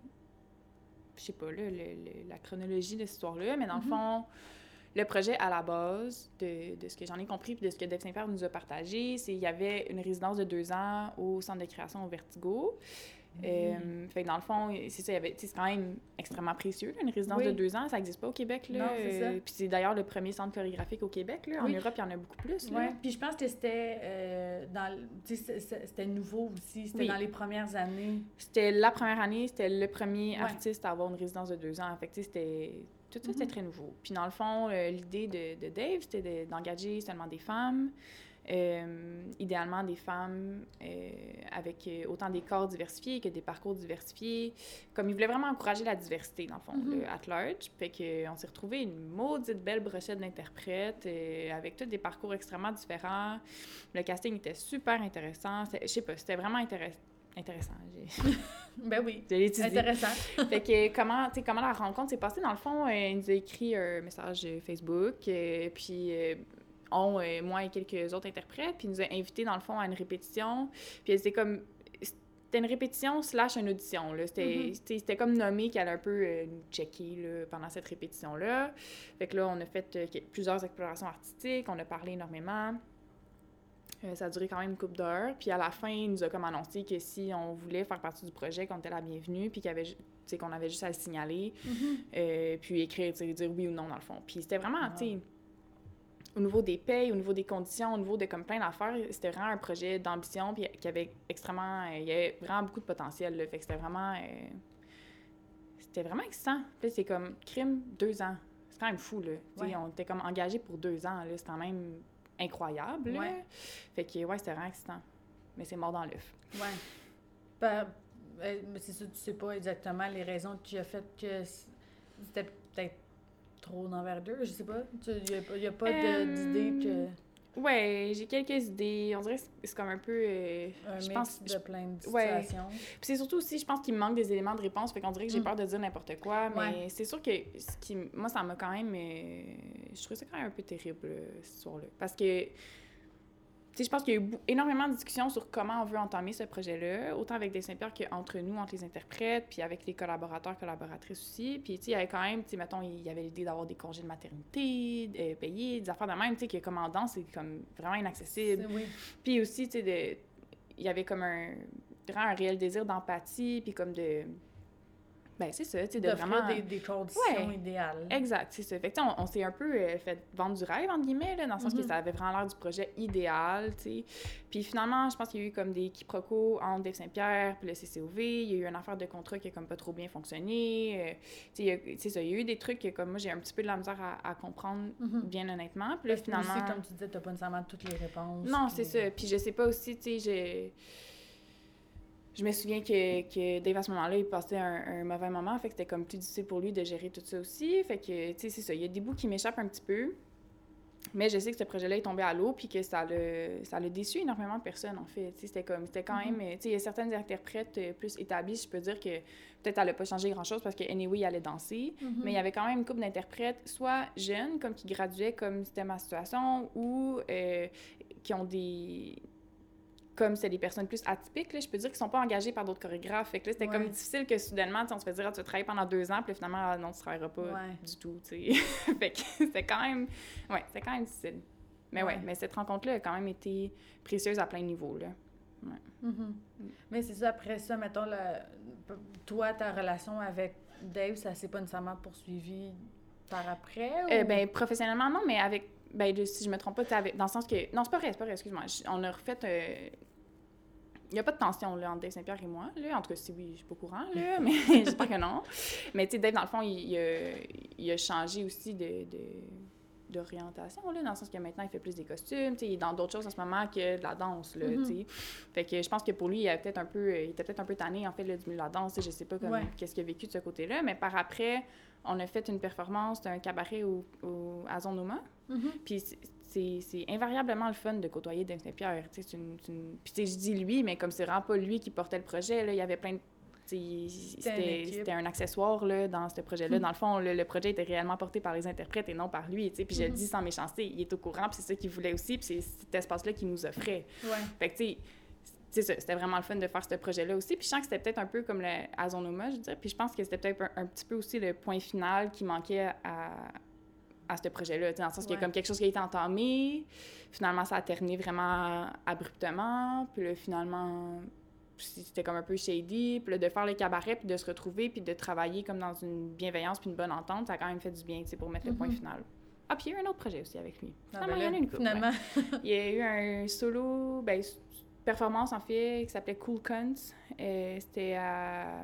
je sais pas, là, la chronologie de cette histoire-là, mais dans le fond, le projet, à la base, de ce que j'en ai compris puis de ce que Dave Saint-Pierre nous a partagé, c'est qu'il y avait une résidence de 2 ans au Centre de création au Vertigo. Fait que dans le fond, c'est ça, c'est quand même extrêmement précieux, une résidence de 2 ans, ça n'existe pas au Québec, là. Non, c'est ça. Puis c'est d'ailleurs le premier centre chorégraphique au Québec, là. En Europe, il y en a beaucoup plus, là. Oui, puis je pense que c'était c'était nouveau aussi, c'était dans les premières années. C'était la première année, c'était le premier artiste à avoir une résidence de 2 ans, fait que c'était... Tout ça, c'était très nouveau. Puis dans le fond, l'idée de Dave, c'était d'engager seulement des femmes, idéalement des femmes avec autant des corps diversifiés que des parcours diversifiés. Comme il voulait vraiment encourager la diversité, dans le fond, at large. Fait qu'on s'est retrouvé une maudite belle brochette d'interprètes avec tous des parcours extrêmement différents. Le casting était super intéressant. Je sais pas, c'était vraiment intéressant. Ben oui, je l'ai étudié. Intéressant. Fait que comment la rencontre s'est passée, dans le fond, il nous a écrit un message Facebook, puis moi et quelques autres interprètes, puis il nous a invités, dans le fond, à une répétition. Puis c'était une répétition / une audition, là. C'était comme nommé qu'elle allait un peu nous checker, là, pendant cette répétition-là. Fait que là, on a fait plusieurs explorations artistiques, on a parlé énormément. Ça a duré quand même une couple d'heures. Puis à la fin, il nous a comme annoncé que si on voulait faire partie du projet, qu'on était la bienvenue, puis qu'on avait juste à le signaler, puis écrire, dire oui ou non, dans le fond. Puis c'était vraiment, au niveau des payes, au niveau des conditions, au niveau de comme plein d'affaires, c'était vraiment un projet d'ambition, puis qui avait il y avait vraiment beaucoup de potentiel, là. Fait que c'était vraiment excitant. Puis c'est comme crime 2 ans. C'est quand même fou, là. On était comme engagés pour 2 ans, là. C'est quand même incroyable, là. Fait que, c'était vraiment excitant. Mais c'est mort dans l'œuf. Ouais. Mais c'est sûr, tu sais pas exactement les raisons qui ont fait que c'était peut-être trop d'envergure, je sais pas. Il y a pas d'idée que... Ouais, j'ai quelques idées. On dirait que c'est comme un peu... je pense de plein de situations. Puis c'est surtout aussi, je pense qu'il me manque des éléments de réponse, fait qu'on dirait que j'ai peur de dire n'importe quoi, mais c'est sûr que moi, ça m'a quand même... je trouve ça quand même un peu terrible, cette histoire-là. Parce que, tu sais, je pense qu'il y a eu énormément de discussions sur comment on veut entamer ce projet-là, autant avec Dave Saint-Pierre qu'entre nous, entre les interprètes, puis avec les collaboratrices aussi. Puis, tu sais, il y avait quand même, tu sais, mettons, il y avait l'idée d'avoir des congés de maternité payés, des affaires de même, tu sais, que comme en danse, c'est comme vraiment inaccessible. Puis aussi, tu sais, il y avait comme vraiment un réel désir d'empathie, puis comme de Ben, c'est ça, tu sais, de d'offrir vraiment... des conditions idéales. Exact, c'est ça. Fait que, on s'est un peu fait vendre du rêve, entre guillemets, là, dans le sens que ça avait vraiment l'air du projet idéal, tu sais. Puis finalement, je pense qu'il y a eu comme des quiproquos entre Dave Saint-Pierre puis le CCOV. Il y a eu une affaire de contrat qui a comme pas trop bien fonctionné. Tu sais, c'est ça, il y a eu des trucs que, comme moi, j'ai un petit peu de la misère à comprendre, bien honnêtement. Puis là, finalement... Aussi, comme tu disais, t'as pas nécessairement toutes les réponses. Non, c'est ça. Puis je sais pas aussi, tu sais, je me souviens que Dave, à ce moment-là, il passait un mauvais moment, fait que c'était comme plus difficile pour lui de gérer tout ça aussi. Fait que, tu sais, c'est ça. Il y a des bouts qui m'échappent un petit peu. Mais je sais que ce projet-là est tombé à l'eau, puis que ça l'a déçu énormément de personnes, en fait. Tu sais, c'était quand même... Tu sais, il y a certaines interprètes plus établies, je peux dire que peut-être elle n'a pas changé grand-chose parce que anyway, elle allait danser. Mais il y avait quand même une couple d'interprètes, soit jeunes, comme qui graduaient, comme c'était ma situation, ou qui ont des... Comme c'est des personnes plus atypiques, là, je peux dire qu'ils sont pas engagés par d'autres chorégraphes. Fait que là, c'était comme difficile que soudainement, on se fait dire, ah, tu vas travailler pendant 2 ans, puis finalement, non, tu travailleras pas du tout, tu sais. Fait que c'était quand même... Ouais, c'était quand même difficile. Mais mais cette rencontre-là a quand même été précieuse à plein de niveaux, là. Ouais. Mais c'est ça, après ça, mettons, toi, ta relation avec Dave, ça s'est pas nécessairement poursuivi par après? Ou... Ben, professionnellement, non, mais avec... Ben, si je me trompe pas, dans le sens que... Non, c'est pas vrai, excuse-moi. On a refait... Il n'y a pas de tension là, entre Dave Saint-Pierre et moi. Là. En tout cas, si oui, je suis pas au courant, là, mais j'espère que non. Mais tu sais, Dave, dans le fond, il a changé aussi d'orientation, là, dans le sens que maintenant, il fait plus des costumes. Il est dans d'autres choses en ce moment que de la danse. Là, fait que je pense que pour lui, il était peut-être un peu tanné, en fait, là, du milieu de la danse. Je sais pas qu'est-ce qu'il a vécu de ce côté-là. Mais par après, on a fait une performance d'un cabaret à Zonoma. Puis c'est invariablement le fun de côtoyer Dave Saint-Pierre. Puis je dis lui, mais comme c'est vraiment pas lui qui portait le projet, là, il y avait plein de... C'était un accessoire là, dans ce projet-là. Dans le fond, le projet était réellement porté par les interprètes et non par lui. Puis je le dis sans méchanceté, il est au courant, puis c'est ça qu'il voulait aussi, puis c'est cet espace-là qu'il nous offrait. Fait que tu sais, c'était vraiment le fun de faire ce projet-là aussi. Puis je sens que c'était peut-être un peu comme à Zonoma, je dirais. Puis je pense que c'était peut-être un petit peu aussi le point final qui manquait à ce projet-là, dans le sens qu'il y a comme quelque chose qui a été entamé, finalement ça a terminé vraiment abruptement, puis là, finalement c'était comme un peu shady, puis là, de faire les cabarets, puis de se retrouver, puis de travailler comme dans une bienveillance puis une bonne entente, ça a quand même fait du bien, tu sais, pour mettre le point final. Ah, puis il y a eu un autre projet aussi avec lui. Finalement, il y en a une couple. Finalement. Il y a eu un solo, performance en fait, qui s'appelait Cool Cunts. C'était à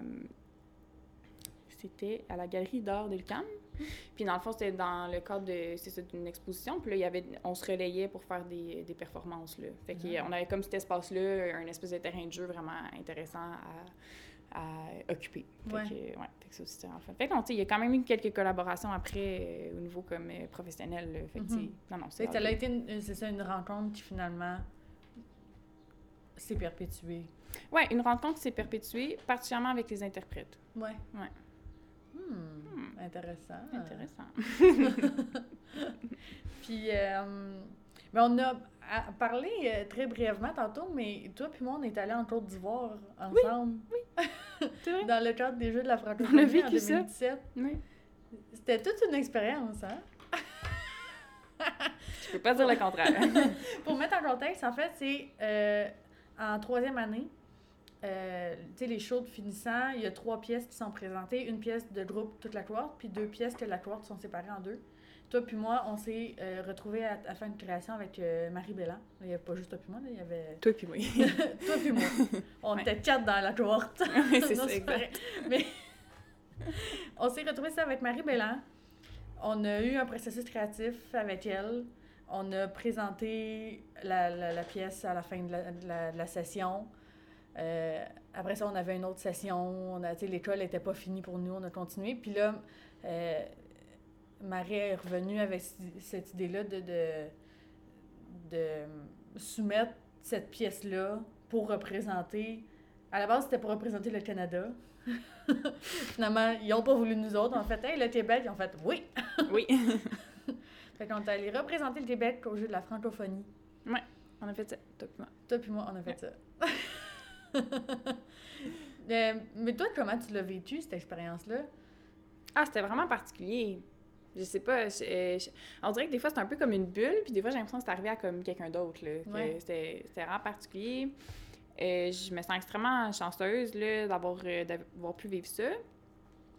la Galerie d'art de l'UQAM. Puis dans le fond, c'était dans le cadre d'une exposition. Puis là, on se relayait pour faire des performances, là. Fait qu'on avait comme cet espace-là, un espèce de terrain de jeu vraiment intéressant à occuper. Fait que ça aussi, c'était vraiment fun. Fait que il y a quand même eu quelques collaborations après au niveau comme professionnel, là. Fait que non, c'est... Ça a été une rencontre qui finalement s'est perpétuée. Oui, une rencontre qui s'est perpétuée, particulièrement avec les interprètes. Oui. Intéressant. Puis, on a parlé très brièvement tantôt, mais toi puis moi, on est allés en Côte d'Ivoire ensemble. Oui. C'est vrai. Dans le cadre des Jeux de la francophonie en 2017. Ça. Oui. C'était toute une expérience, hein? Je peux pas dire le contraire. Pour mettre en contexte, en fait, c'est en 3e année. Tu sais, les shows finissant, il y a 3 pièces qui sont présentées. Une pièce de groupe, toute la cohorte, puis 2 pièces que la cohorte sont séparées en 2. Toi puis moi, on s'est retrouvés à faire une création avec Marie Bellan. Il n'y avait pas juste toi puis moi, là, il y avait... Toi puis moi. Toi puis moi. On était 4 dans la cohorte. Oui, c'est ça, exact. Mais on s'est retrouvés ça avec Marie Bellan. On a eu un processus créatif avec elle. On a présenté la pièce à la fin de la session. Après ça, on avait une autre session. L'école n'était pas finie pour nous. On a continué. Puis là, Marie est revenue avec cette idée-là de soumettre cette pièce-là pour représenter... À la base, c'était pour représenter le Canada. Finalement, ils n'ont pas voulu nous autres. On a fait « Hey, le Québec! » Ils ont fait « Oui! » Oui. Fait qu'on est allé représenter le Québec au jeu de la francophonie. Oui, on a fait ça. Toi puis moi. Toi puis moi, on a fait ça. Mais toi, comment tu l'as vécu, cette expérience-là? Ah, c'était vraiment particulier. Je sais pas, on dirait que des fois, c'est un peu comme une bulle, puis des fois, j'ai l'impression que c'est arrivé à comme quelqu'un d'autre, là. Ouais. C'était vraiment particulier. Je me sens extrêmement chanceuse, là, d'avoir pu vivre ça.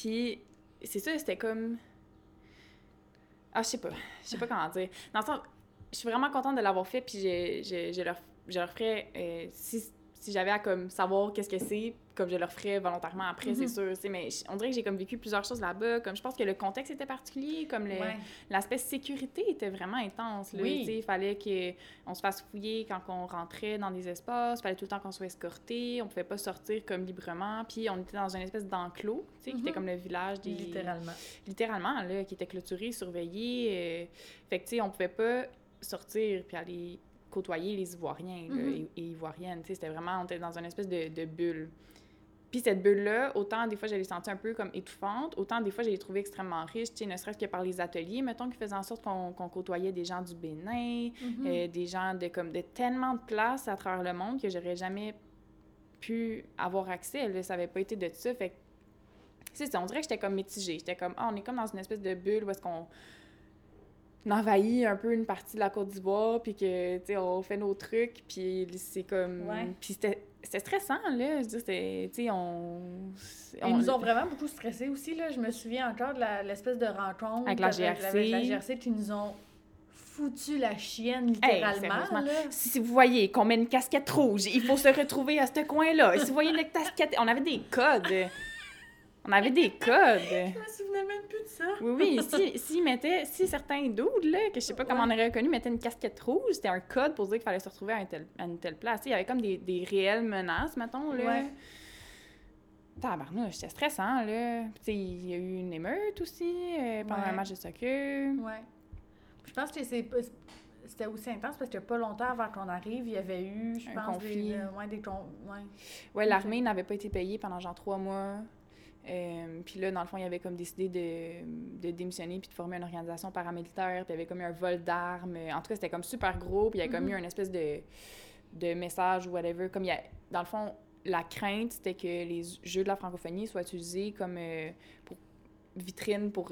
puis c'est ça, c'était comme... Ah, je sais pas comment dire. Dans le sens, je suis vraiment contente de l'avoir fait, puis je leur ferais... si j'avais à comme savoir qu'est-ce que c'est, comme je le referais volontairement après, c'est sûr. Mais on dirait que j'ai comme vécu plusieurs choses là-bas. Comme je pense que le contexte était particulier, comme l'aspect sécurité était vraiment intense. Là, il fallait qu'on se fasse fouiller quand on rentrait dans des espaces, il fallait tout le temps qu'on soit escorté, on pouvait pas sortir comme librement, puis on était dans une espèce d'enclos, qui était comme le village des... Littéralement, là, qui était clôturé, surveillé. Fait que, tu sais, on pouvait pas sortir puis aller côtoyer les Ivoiriens là, et Ivoiriennes. C'était vraiment, on était dans une espèce de bulle. Puis cette bulle-là, autant des fois, je l'ai sentie un peu comme étouffante, autant des fois, je l'ai trouvée extrêmement riche, ne serait-ce que par les ateliers, mettons, qui faisaient en sorte qu'on côtoyait des gens du Bénin, des gens de tellement de places à travers le monde que j'aurais jamais pu avoir accès. Là, ça n'avait pas été de ça. Fait que, c'est ça, on dirait que j'étais comme mitigée. J'étais comme, on est comme dans une espèce de bulle où est-ce qu'on envahit un peu une partie de la Côte d'Ivoire, puis que, tu sais, on fait nos trucs, puis c'est comme... Puis c'était stressant, là. Je veux dire, c'était... Tu sais, Ils nous ont vraiment beaucoup stressés aussi, là. Je me souviens encore de l'espèce de rencontre... Avec la GRC. Avec la GRC, qui nous ont foutu la chienne, littéralement, là. Si vous voyez qu'on met une casquette rouge, il faut se retrouver à ce coin-là. Si vous voyez une casquette... On avait des codes. On avait des codes. Je me souvenais même plus de ça. Oui. Si certains dudes, là, que je sais pas comment on aurait reconnu, mettaient une casquette rouge, c'était un code pour dire qu'il fallait se retrouver à une telle place. Il y avait comme des réelles menaces, mettons, là. Ouais. Tabarnouche, c'était stressant, là. Puis, il y a eu une émeute aussi pendant un match de soccer. Ouais. Je pense que c'était aussi intense parce que pas longtemps avant qu'on arrive, il y avait eu, je pense, conflit. Ouais, l'armée n'avait pas été payée pendant genre 3 mois. Puis là, dans le fond, il avait comme décidé de démissionner puis de former une organisation paramilitaire, puis il y avait comme eu un vol d'armes. En tout cas, c'était comme super gros, puis il y avait comme eu une espèce de message ou whatever. Comme dans le fond, la crainte, c'était que les Jeux de la francophonie soient utilisés comme pour vitrine pour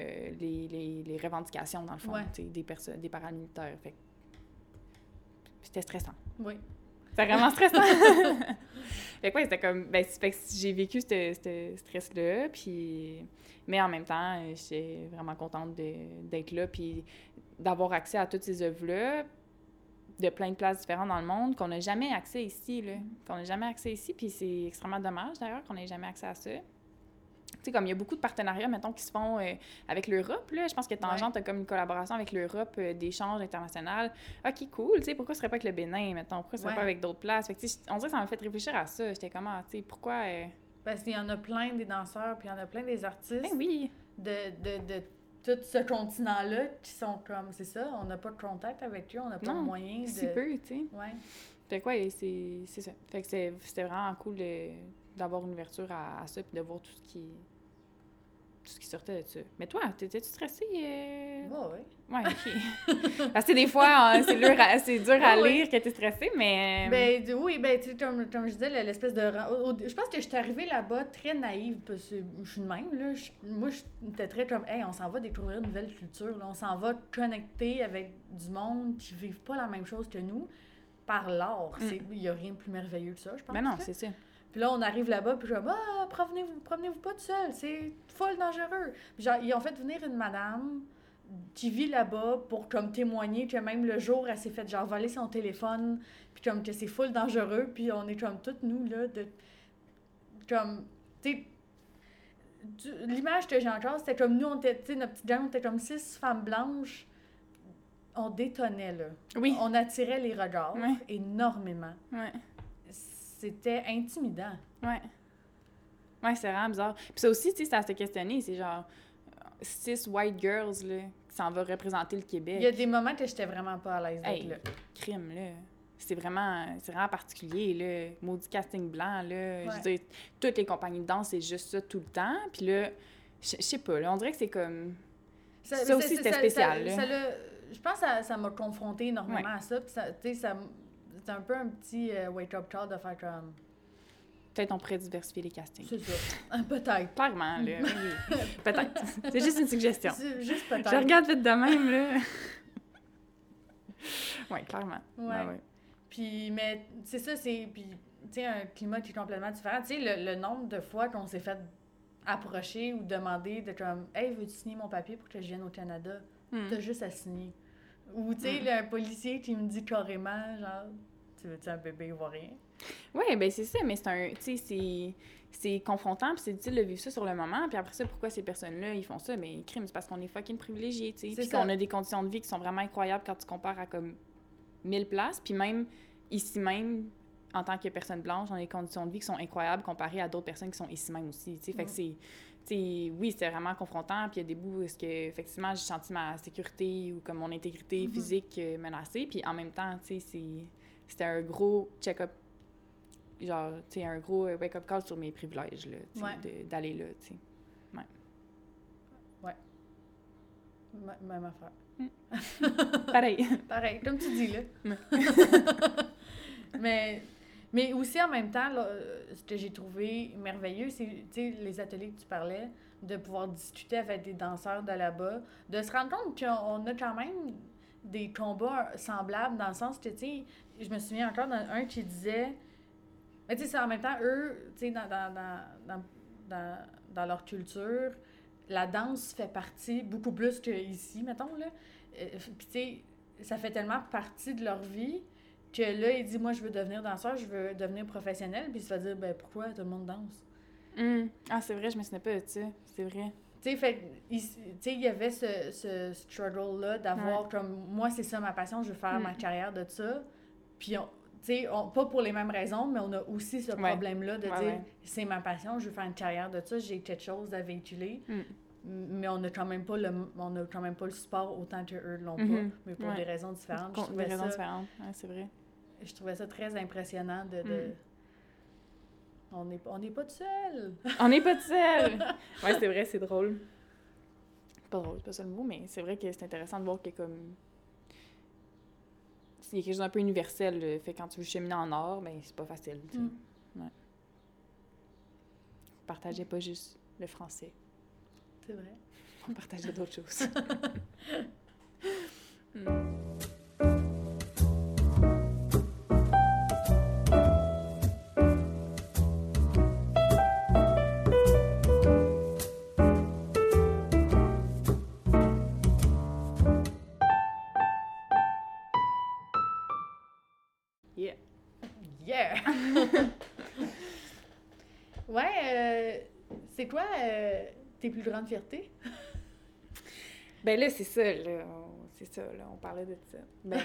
les revendications, dans le fond, des paramilitaires. Fait c'était stressant. Oui. C'était vraiment stressant. Fait que c'était comme... fait que j'ai vécu ce stress-là, puis... Mais en même temps, j'étais vraiment contente d'être là, puis d'avoir accès à toutes ces œuvres-là, de plein de places différentes dans le monde, qu'on n'a jamais accès ici, là. Qu'on n'a jamais accès ici, puis c'est extrêmement dommage, d'ailleurs, qu'on n'ait jamais accès à ça. Tu sais, comme il y a beaucoup de partenariats, mettons, qui se font avec l'Europe, là. Je pense que Tangente a comme une collaboration avec l'Europe d'échanges internationaux. OK, cool, tu sais, pourquoi ce serait pas avec le Bénin, mettons? Pourquoi ce serait pas avec d'autres places? Fait que, tu sais, on dirait que ça m'a fait réfléchir à ça. J'étais comme, tu sais, pourquoi... Parce qu'il y en a plein des danseurs, puis il y en a plein des artistes. Ben oui! De tout ce continent-là qui sont comme, c'est ça, on n'a pas de contact avec eux, on n'a pas de moyen de... si peu, tu sais. Ouais. Fait que, ouais, c'est ça. Fait que c'était vraiment cool d'avoir une ouverture à ça, puis de voir tout ce qui sortait de ça. Mais toi, t'étais-tu stressée? Oui. Ouais, OK. Parce que des fois, c'est dur à lire que t'es stressée, mais... Oui, tu sais, comme je disais, l'espèce de... Je pense que je suis arrivée là-bas très naïve, parce que je suis de même, là. Moi, j'étais très comme, hey, on s'en va découvrir une nouvelle culture, là. On s'en va connecter avec du monde qui vivent pas la même chose que nous, par l'art. Il y a rien de plus merveilleux que ça, je pense. Ben non, c'est ça. Puis là, on arrive là-bas, puis je dis, promenez-vous pas tout seul, c'est full dangereux. Puis genre, ils ont fait venir une madame qui vit là-bas pour comme témoigner que même le jour, elle s'est fait genre voler son téléphone, puis comme que c'est full dangereux, puis on est comme toutes nous, là, comme, tu sais, l'image que j'ai encore, c'était comme nous, on était, tu sais, notre petite gang, on était comme 6 femmes blanches, on détonnait, là. Oui. On attirait les regards énormément. Ouais. C'était intimidant. Ouais, c'est vraiment bizarre. Puis ça aussi, tu sais, ça se questionner. C'est genre 6 white girls, là, qui s'en vont représenter le Québec. Il y a des moments que j'étais vraiment pas à l'aise d'être là. Crime, là. C'est vraiment particulier, là. Maudit casting blanc, là. Je veux dire, toutes les compagnies de danse, c'est juste ça tout le temps. Puis là, je sais pas, là, on dirait que c'est comme... Ça aussi, c'était spécial, là. Je pense que ça m'a confrontée énormément à ça. Puis ça, tu sais, c'est un peu un petit wake-up call de faire comme... Peut-être on pourrait diversifier les castings. C'est ça. Peut-être. Clairement, là. Oui. Peut-être. C'est juste une suggestion. C'est juste peut-être. Je regarde vite de même, là. Oui, clairement. Ouais. Puis, mais c'est ça, c'est... Puis, tu sais, un climat qui est complètement différent. Tu sais, le nombre de fois qu'on s'est fait approcher ou demander de comme « Hey, veux-tu signer mon papier pour que je vienne au Canada? » T'as juste à signer. Ou, tu sais, un policier qui me dit carrément, genre « Tu veux-tu un bébé ivoirien? » Oui, ben c'est ça, mais c'est confrontant, puis c'est difficile de vivre ça sur le moment, puis après ça, pourquoi ces personnes-là, ils font ça? Ben, crime, c'est parce qu'on est fucking privilégiés, tu sais, puis qu'on a des conditions de vie qui sont vraiment incroyables quand tu compares à, comme, 1000 places, puis même, ici même, en tant que personne blanche, on a des conditions de vie qui sont incroyables comparées à d'autres personnes qui sont ici même aussi, tu sais, fait que c'est... oui, c'était vraiment confrontant, puis il y a des bouts où est-ce que, effectivement, j'ai senti ma sécurité ou comme mon intégrité physique menacée, puis en même temps, tu sais, c'était un gros check-up, genre, tu sais, un gros wake-up call sur mes privilèges, là, tu sais, d'aller là, tu sais. Ouais. Même affaire. Pareil. Pareil, comme tu dis, là. Mais aussi, en même temps, là, ce que j'ai trouvé merveilleux, c'est, tu sais, les ateliers que tu parlais, de pouvoir discuter avec des danseurs de là-bas, de se rendre compte qu'on a quand même des combats semblables, dans le sens que, tu sais, je me souviens encore d'un qui disait... Mais tu sais, en même temps, eux, tu sais, dans leur culture, la danse fait partie beaucoup plus qu'ici, mettons, là. Puis tu sais, ça fait tellement partie de leur vie que là, il dit, moi, je veux devenir danseur, je veux devenir professionnel, puis il se va dire, ben pourquoi tout le monde danse? Ah, c'est vrai, je me souviens pas de ça, c'est vrai. Tu sais, fait, tu sais, il y avait ce struggle-là d'avoir comme, moi, c'est ça ma passion, je veux faire ma carrière de ça, puis tu sais, pas pour les mêmes raisons, mais on a aussi ce problème-là de dire, c'est ma passion, je veux faire une carrière de ça, j'ai quelque chose à véhiculer. Mais on n'a quand même pas le support autant qu'eux l'ont pas, mais pour des raisons différentes. Pour des raisons différentes, c'est vrai. Je trouvais ça très impressionnant de... On n'est pas tout seul! On n'est pas tout seul! Ouais, c'est vrai, c'est drôle. Pas drôle, c'est pas ça le mot, mais c'est vrai que c'est intéressant de voir que comme... Il y a quelque chose d'un peu universel, là. Fait que quand tu veux cheminer en or, ben c'est pas facile, tu sais. Ouais. Partagez pas juste le français. C'est vrai. On partageait d'autres choses. Yeah! Ouais, c'est quoi tes plus grandes fiertés? Ben là, c'est ça, là. On parlait de ça. Ben...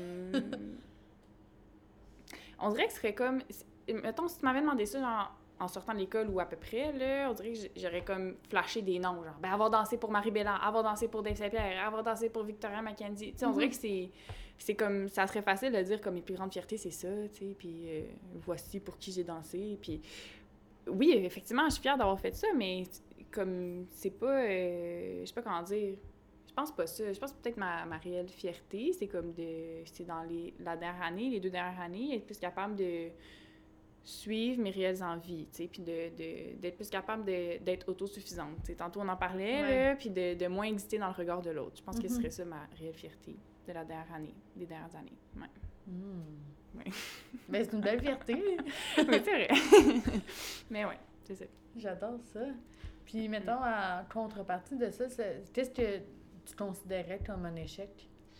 on dirait que ce serait comme... Mettons, si tu m'avais demandé ça, genre, en sortant de l'école ou à peu près, là, on dirait que j'aurais comme flashé des noms, genre, ben, avoir dansé pour Marie Bélan, avoir dansé pour Dave Saint-Pierre, avoir dansé pour Victoria McKenzie. Tu sais, on dirait que c'est comme... Ça serait facile de dire comme mes plus grandes fiertés, c'est ça, tu sais, puis voici pour qui j'ai dansé, puis... Oui, effectivement, je suis fière d'avoir fait ça, mais comme, c'est pas... je sais pas comment dire... Je pense pas ça. Je pense que peut-être ma réelle fierté, c'est comme de... C'est dans la dernière année, les 2 dernières années, être plus capable de suivre mes réelles envies, tu sais, puis d'être plus capable d'être autosuffisante. Tu sais, tantôt, on en parlait, là, puis de moins exister dans le regard de l'autre. Je pense que ce serait ça ma réelle fierté de la dernière année, des dernières années. Ouais. Ouais. Ben, c'est une belle fierté. Oui, c'est vrai. Mais ouais, c'est ça. J'adore ça. Puis, mettons, en contrepartie de ça, qu'est-ce que tu considérais comme un échec?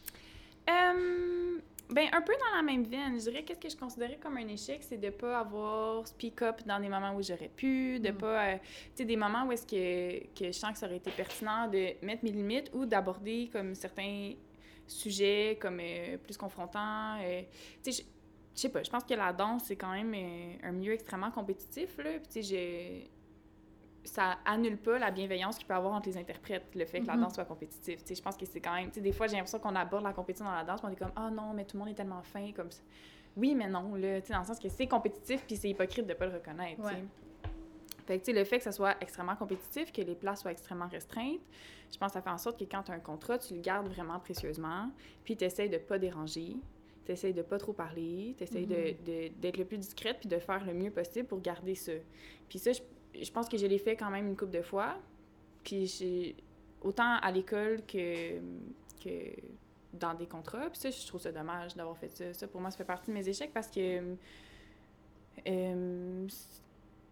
Ben, un peu dans la même veine. Je dirais qu'est-ce que je considérais comme un échec, c'est de pas avoir speak up dans des moments où j'aurais pu, de pas... tu sais, des moments où est-ce que je sens que ça aurait été pertinent de mettre mes limites ou d'aborder comme certains sujets comme plus confrontants. Tu sais, je sais pas, je pense que la danse, c'est quand même un milieu extrêmement compétitif, là. Puis, tu sais, ça annule pas la bienveillance qu'il peut y avoir entre les interprètes, le fait que la danse soit compétitive. Tu sais, je pense que c'est quand même... Tu sais, des fois, j'ai l'impression qu'on aborde la compétition dans la danse, puis on est comme « Ah non, mais tout le monde est tellement fin, comme ça. » Oui, mais non, là, tu sais, dans le sens que c'est compétitif, puis c'est hypocrite de pas le reconnaître, tu sais. Fait que, tu sais, le fait que ça soit extrêmement compétitif, que les places soient extrêmement restreintes, je pense que ça fait en sorte que quand tu as un contrat, tu le gardes vraiment précieusement, puis tu essaies de pas déranger, tu essaies de pas trop parler, tu essaies d'être le plus discrète, puis de faire le mieux possible pour garder ça. Puis ça, je pense que je l'ai fait quand même une couple de fois, puis autant à l'école que dans des contrats, puis ça, je trouve ça dommage d'avoir fait ça. Ça, pour moi, ça fait partie de mes échecs, parce que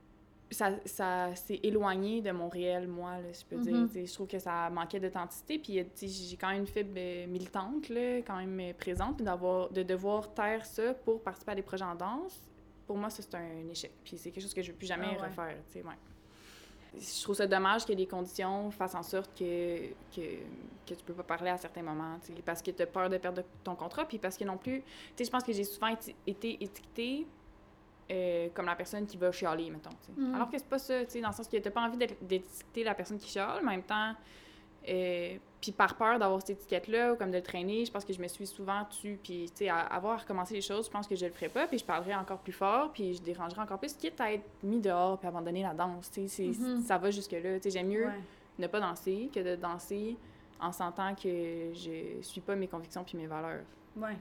ça s'est éloigné de mon réel moi, là, si je peux dire. Je trouve que ça manquait d'authenticité, puis j'ai quand même une fibre militante, là, quand même présente, puis de devoir taire ça pour participer à des projets en danse, pour moi, ça, c'est un échec. Puis c'est quelque chose que je ne veux plus jamais refaire, tu sais, ouais. Je trouve ça dommage que les conditions fassent en sorte que tu peux pas parler à certains moments, tu sais, parce que tu as peur de perdre ton contrat, puis parce que non plus, tu sais, je pense que j'ai souvent été étiquetée comme la personne qui va chialer, mettons, tu sais. Alors que c'est pas ça, tu sais, dans le sens que t'as pas envie d'étiqueter la personne qui chiale, mais en même temps, puis par peur d'avoir cette étiquette-là, ou comme de le traîner, je pense que je me suis souvent tue, puis tu sais, à avoir recommencé les choses, je pense que je le ferais pas, puis je parlerais encore plus fort, puis je dérangerais encore plus, quitte à être mis dehors puis abandonner la danse, tu sais, ça va jusque-là, tu sais, j'aime mieux ne pas danser que de danser en sentant que je suis pas mes convictions puis mes valeurs. Ouais.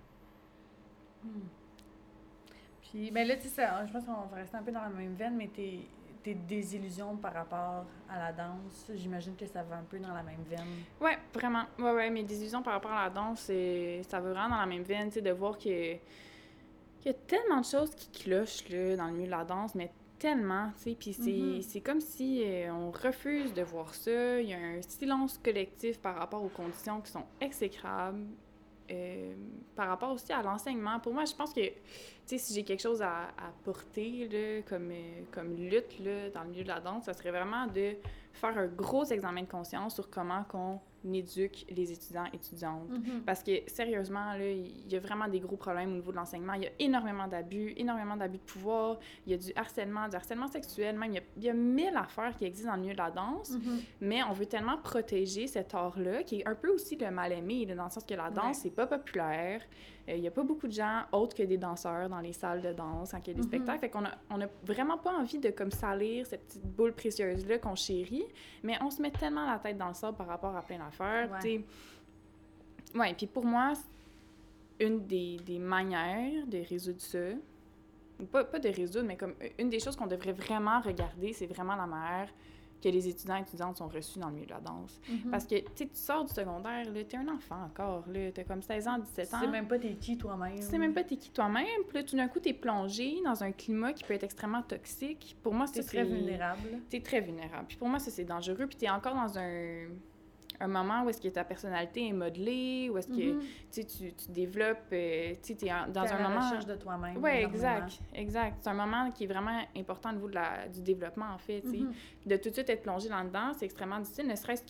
Puis, ben là, tu sais, je pense qu'on va rester un peu dans la même veine, mais tes désillusions par rapport à la danse, j'imagine que ça va un peu dans la même veine. Ouais, vraiment. Ouais, mes désillusions par rapport à la danse, ça va vraiment dans la même veine, tu sais, de voir qu'il y a tellement de choses qui clochent, là, dans le milieu de la danse, mais tellement, tu sais, puis c'est comme si on refuse de voir ça. Il y a un silence collectif par rapport aux conditions qui sont exécrables. Par rapport aussi à l'enseignement, pour moi, je pense que, tu sais, si j'ai quelque chose à porter, là, comme lutte, là, dans le milieu de la danse, ça serait vraiment de faire un gros examen de conscience sur comment qu'on éduque les étudiants et étudiantes. Parce que, sérieusement, là, il y a vraiment des gros problèmes au niveau de l'enseignement. Il y a énormément d'abus de pouvoir, il y a du harcèlement sexuel, même, il y a 1000 affaires qui existent dans le milieu de la danse, mais on veut tellement protéger cet art-là, qui est un peu aussi le mal-aimé, là, dans le sens que la danse, c'est pas populaire. Il y a pas beaucoup de gens autres que des danseurs dans les salles de danse quand il y a des spectacles. Fait qu'on a vraiment pas envie de comme salir cette petite boule précieuse-là qu'on chérit, mais on se met tellement la tête dans le sable par rapport à plein d'affaires. Ouais, puis pour moi, une des manières de résoudre ça, pas de résoudre, mais comme une des choses qu'on devrait vraiment regarder, c'est vraiment la manière que les étudiants et étudiantes sont reçus dans le milieu de la danse. Parce que, tu sais, tu sors du secondaire, là, t'es un enfant encore, là, t'as comme 16 ans, 17 ans. Tu sais même pas t'es qui toi-même. Tu sais même pas t'es qui toi-même, puis là, tout d'un coup, t'es plongé dans un climat qui peut être extrêmement toxique. Pour moi, c'est très vulnérable. T'es très vulnérable. Puis pour moi, ça, c'est dangereux, puis t'es encore dans un moment où est-ce que ta personnalité est modelée, où est-ce que tu développes, tu sais, t'es dans un moment... la recherche de toi-même. Oui, exact. C'est un moment qui est vraiment important au niveau du développement, en fait, tu sais. De tout de suite être plongé là-dedans, c'est extrêmement difficile, ne serait-ce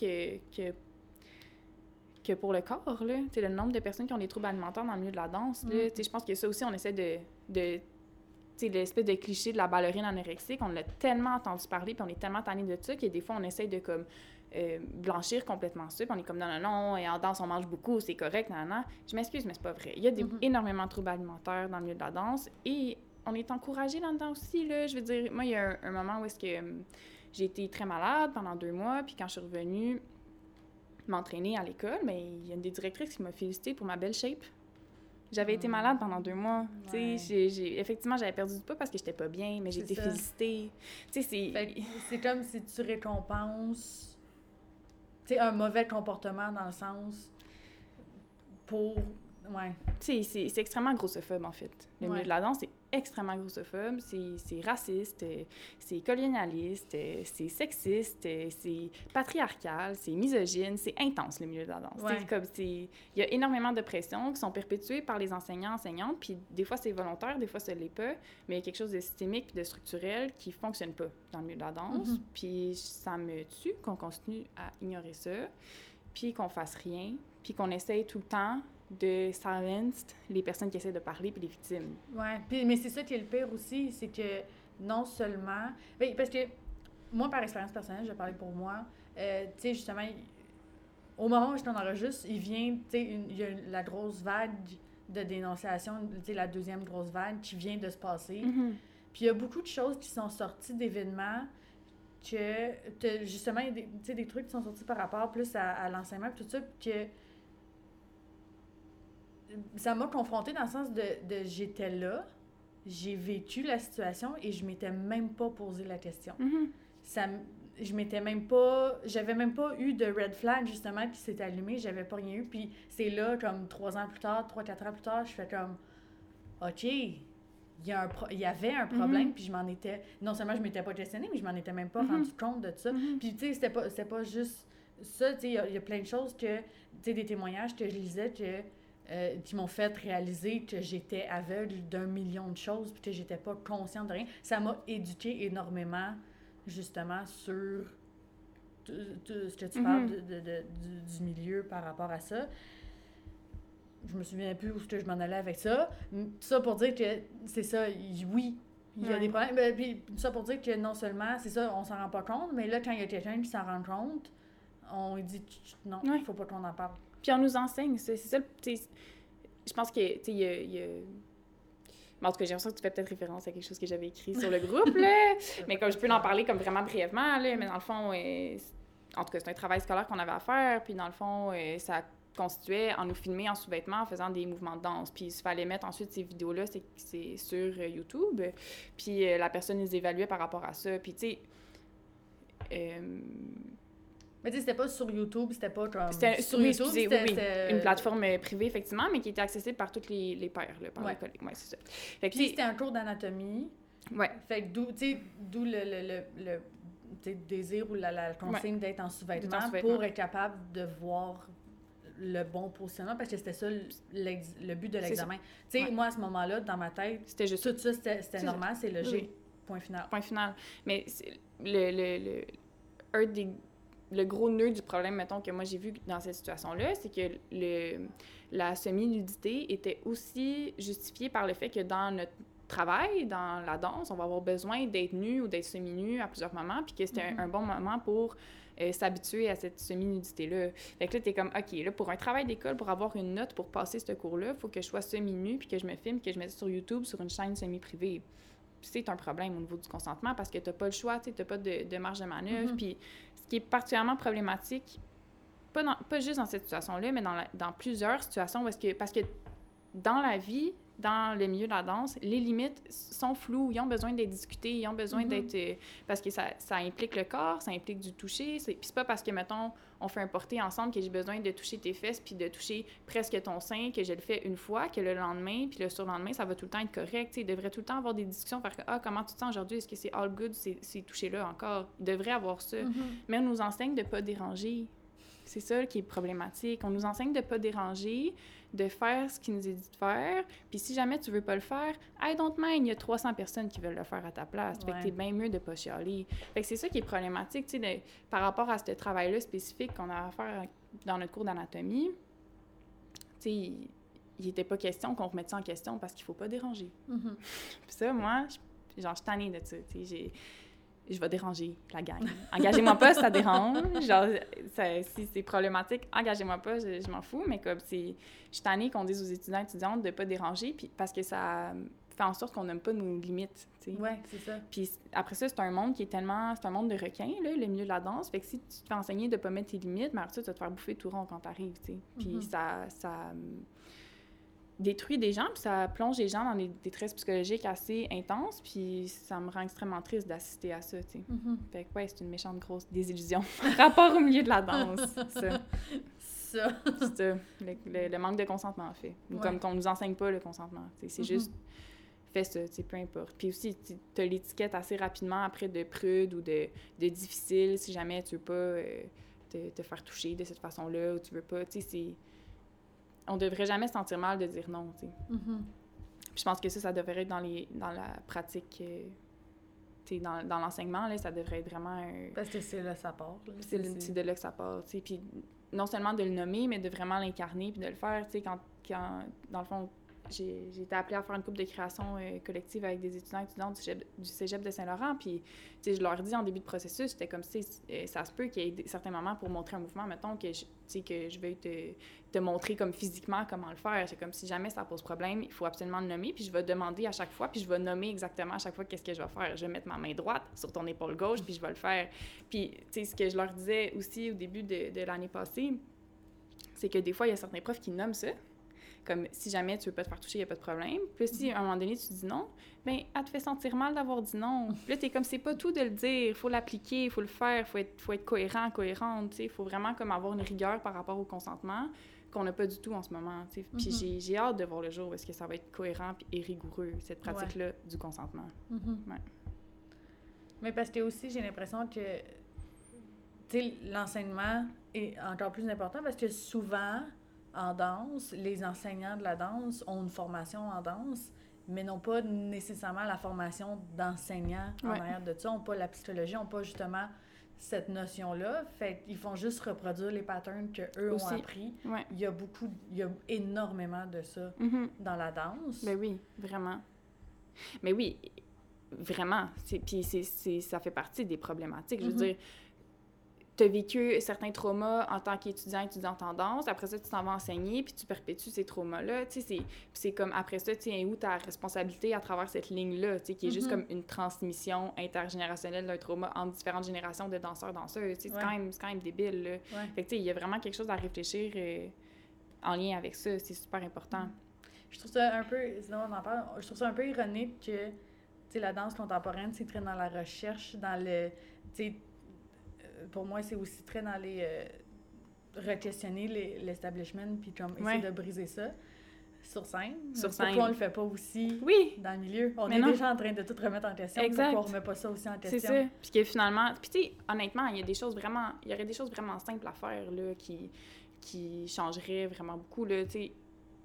que pour le corps, là. Tu sais, le nombre de personnes qui ont des troubles alimentaires dans le milieu de la danse, là, tu sais, je pense que ça aussi, on essaie de tu sais, l'espèce de cliché de la ballerine anorexique, on l'a tellement entendu parler, puis on est tellement tanné de ça, que des fois, on essaie de, comme... blanchir complètement ça, puis on est comme non, et en danse on mange beaucoup, c'est correct, non. Je m'excuse, mais c'est pas vrai. Il y a énormément de troubles alimentaires dans le milieu de la danse, et on est encouragé là-dedans aussi, là. Je veux dire, moi, il y a un moment où est-ce que j'ai été très malade pendant 2 mois, puis quand je suis revenue m'entraîner à l'école, mais il y a une des directrices qui m'a félicité pour ma belle shape. J'avais été malade pendant 2 mois. Tu sais, effectivement, j'avais perdu du poids parce que j'étais pas bien, mais j'ai été félicitée. Tu sais, c'est comme si tu récompenses un mauvais comportement dans le sens pour... Ouais. Tu sais, c'est extrêmement grossophobe, en fait. Le milieu de la danse, c'est extrêmement grossophobe, c'est raciste, c'est colonialiste, c'est sexiste, c'est patriarcal, c'est misogyne, c'est intense, le milieu de la danse. Il y a énormément de pressions qui sont perpétuées par les enseignants, enseignantes, puis des fois, c'est volontaire, des fois, ça l'est pas, mais il y a quelque chose de systémique et de structurel qui fonctionne pas dans le milieu de la danse, puis ça me tue qu'on continue à ignorer ça, puis qu'on fasse rien, puis qu'on essaye tout le temps de silence les personnes qui essaient de parler puis les victimes. Oui, mais c'est ça qui est le pire aussi, c'est que non seulement... Ben, parce que moi, par expérience personnelle, je vais parler pour moi, tu sais, justement, au moment où je t'en enregistre, il vient, tu sais, il y a la grosse vague de dénonciation, tu sais, la deuxième grosse vague qui vient de se passer. Puis il y a beaucoup de choses qui sont sorties d'événements que, justement, tu sais, des trucs qui sont sortis par rapport plus à l'enseignement et tout ça, que ça m'a confrontée dans le sens de j'étais là, j'ai vécu la situation et je m'étais même pas posé la question. J'avais même pas eu de red flag justement qui s'est allumé, j'avais pas rien eu, puis c'est là comme 3 ans plus tard, 3-4 ans plus tard, je fais comme OK, il y avait un problème, puis je m'en étais... Non seulement je m'étais pas questionnée, mais je m'en étais même pas rendu compte de ça. Puis, tu sais, c'était pas juste ça, tu sais, il y a plein de choses que... Tu sais, des témoignages que je lisais qui m'ont fait réaliser que j'étais aveugle d'1 million de choses, puis que j'étais pas consciente de rien. Ça m'a éduquée énormément, justement, sur ce que tu parles du milieu par rapport à ça. Je me souviens plus où je m'en allais avec ça. Ça pour dire que c'est ça, oui, il y a des problèmes. Ben, puis ça pour dire que non seulement, c'est ça, on s'en rend pas compte, mais là, quand il y a quelqu'un qui s'en rend compte, on dit non, il faut pas qu'on en parle. Puis on nous enseigne, c'est ça. Je pense que, tu sais, il y a... En tout cas, j'ai l'impression que tu fais peut-être référence à quelque chose que j'avais écrit sur le groupe, là. Mais comme je peux en parler comme vraiment brièvement, là, mais dans le fond, en tout cas, c'est un travail scolaire qu'on avait à faire, puis dans le fond, ça constituait en nous filmer en sous-vêtements, en faisant des mouvements de danse. Puis il fallait mettre ensuite ces vidéos-là, c'est sur YouTube. Puis la personne les évaluait par rapport à ça. Puis tu sais... Mais tu sais, c'était pas sur YouTube, c'était pas comme... Sur YouTube, c'était une plateforme privée, effectivement, mais qui était accessible par tous les pairs, là, par les collègues. Ouais, c'est ça. Fait que, puis c'était un cours d'anatomie. Ouais. Fait que d'où le désir ou la consigne d'être en sous-vêtements pour être capable de voir le bon positionnement, parce que c'était ça le but de l'examen. Tu sais, moi, à ce moment-là, dans ma tête, c'était juste tout ça, c'était normal, c'est logique. Point final. Point final. Mais le gros nœud du problème, mettons, que moi j'ai vu dans cette situation-là, c'est que la semi-nudité était aussi justifiée par le fait que dans notre travail, dans la danse, on va avoir besoin d'être nu ou d'être semi-nu à plusieurs moments, puis que c'était un bon moment pour s'habituer à cette semi-nudité-là. Fait que là, t'es comme, OK, là, pour un travail d'école, pour avoir une note pour passer ce cours-là, il faut que je sois semi-nu, puis que je me filme, que je mette ça sur YouTube, sur une chaîne semi-privée. C'est un problème au niveau du consentement parce que t'as pas le choix, t'as pas de marge de manœuvre, puis ce qui est particulièrement problématique, pas juste dans cette situation-là, mais dans plusieurs situations, parce que dans la vie, dans le milieu de la danse, les limites sont floues, ils ont besoin d'être discutées, ils ont besoin d'être... parce que ça implique le corps, ça implique du toucher, puis c'est pas parce que, mettons, on fait un porté ensemble que j'ai besoin de toucher tes fesses puis de toucher presque ton sein, que je le fais une fois, que le lendemain puis le surlendemain, ça va tout le temps être correct. T'sais, il devrait tout le temps avoir des discussions, faire que « Ah, comment tu te sens aujourd'hui? Est-ce que c'est all good, ces touchés-là encore? » Il devrait avoir ça. Mais on nous enseigne de pas déranger. C'est ça qui est problématique. On nous enseigne de pas déranger, de faire ce qui nous est dit de faire. Puis si jamais tu veux pas le faire, I don't mind, il y a 300 personnes qui veulent le faire à ta place. Fait que t'es bien mieux de pas chialer. Fait que c'est ça qui est problématique, tu sais, par rapport à ce travail-là spécifique qu'on a à faire dans notre cours d'anatomie. Tu sais, il était pas question qu'on remette ça en question parce qu'il faut pas déranger. Puis ça, moi, je suis tannée de ça, tu sais, je vais déranger la gang. Engagez-moi pas si ça dérange. Genre, si c'est problématique, engagez-moi pas, je m'en fous. Mais comme je suis tannée qu'on dise aux étudiants et étudiantes de pas déranger, puis parce que ça fait en sorte qu'on n'aime pas nos limites, tu sais. Ouais, c'est ça. Puis après ça, c'est un monde qui est tellement... C'est un monde de requins, là, le milieu de la danse. Fait que si tu te fais enseigner de pas mettre tes limites, mais après ça, tu vas te faire bouffer tout rond quand t'arrives, tu sais. Puis ça détruit des gens, puis ça plonge les gens dans des détresses psychologiques assez intenses, puis ça me rend extrêmement triste d'assister à ça, tu sais. Fait que, ouais, c'est une méchante grosse désillusion par rapport au milieu de la danse, ça. C'est ça, le manque de consentement, en fait. Ou comme qu'on nous enseigne pas le consentement, tu sais, c'est juste, fais ça, tu sais, peu importe. Puis aussi, t'as l'étiquette assez rapidement après de prude ou de difficile, si jamais tu veux pas te faire toucher de cette façon-là, ou tu veux pas, tu sais, c'est... On devrait jamais se sentir mal de dire non, tu sais. Puis je pense que ça devrait être dans la pratique, tu sais, dans l'enseignement, là, ça devrait être vraiment... Parce que c'est là que ça part. C'est de là que ça part, tu sais. Puis non seulement de le nommer, mais de vraiment l'incarner puis de le faire, tu sais, quand dans le fond, j'ai été appelée à faire une couple de création collective avec des étudiants et étudiantes du cégep de Saint-Laurent, puis, tu sais, je leur dis en début de processus, c'était comme, tu sais, ça se peut qu'il y ait certains moments pour montrer un mouvement, mettons, que je vais te montrer comme physiquement comment le faire. C'est comme, si jamais ça pose problème, il faut absolument le nommer, puis je vais demander à chaque fois, puis je vais nommer exactement à chaque fois qu'est-ce que je vais faire. Je vais mettre ma main droite sur ton épaule gauche, puis je vais le faire. Puis, tu sais, ce que je leur disais aussi au début de l'année passée, c'est que des fois, il y a certains profs qui nomment ça. Comme, si jamais tu veux pas te faire toucher, il n'y a pas de problème. Puis si, à un moment donné, tu dis non, bien, elle te fait sentir mal d'avoir dit non. Puis là, t'es comme, c'est pas tout de le dire. Il faut l'appliquer, il faut le faire, il faut être cohérente, tu sais. Il faut vraiment comme avoir une rigueur par rapport au consentement. qu'on n'a pas du tout en ce moment, tu sais. Puis j'ai hâte de voir le jour où est-ce que ça va être cohérent et rigoureux, cette pratique-là du consentement. Ouais. Mais parce que aussi, j'ai l'impression que, tu sais, l'enseignement est encore plus important parce que souvent, en danse, les enseignants de la danse ont une formation en danse, mais n'ont pas nécessairement la formation d'enseignant en arrière de ça, n'ont pas la psychologie, n'ont pas justement cette notion-là. Fait qu'ils font juste reproduire les patterns qu'eux ont appris. Ouais. Il y a énormément de ça dans la danse. Ben oui, vraiment. Mais oui, vraiment. Puis ça fait partie des problématiques. Je veux dire, tu as vécu certains traumas en tant étudiante en danse, après ça, tu t'en vas enseigner, puis tu perpétues ces traumas-là. Tu sais, c'est comme après ça, tu sais, où ta responsabilité à travers cette ligne-là, tu sais, qui est juste comme une transmission intergénérationnelle d'un trauma entre différentes générations de danseurs-danseuses. Tu sais, c'est quand même débile, là. Fait que, tu sais, il y a vraiment quelque chose à réfléchir en lien avec ça. C'est super important. Je trouve ça un peu, sinon on en parle, je trouve ça un peu ironique que, tu sais, la danse contemporaine, c'est très dans la recherche, dans le, tu sais, pour moi, c'est aussi très dans les... re-questionner l'establishment, puis comme essayer de briser ça sur scène. Pourquoi on le fait pas aussi dans le milieu? On est déjà en train de tout remettre en question. Pourquoi on remet pas ça aussi en question? C'est ça. Puis que finalement... Puis tu sais, honnêtement, il y aurait des choses vraiment simples à faire, là, qui changeraient vraiment beaucoup, là, tu sais.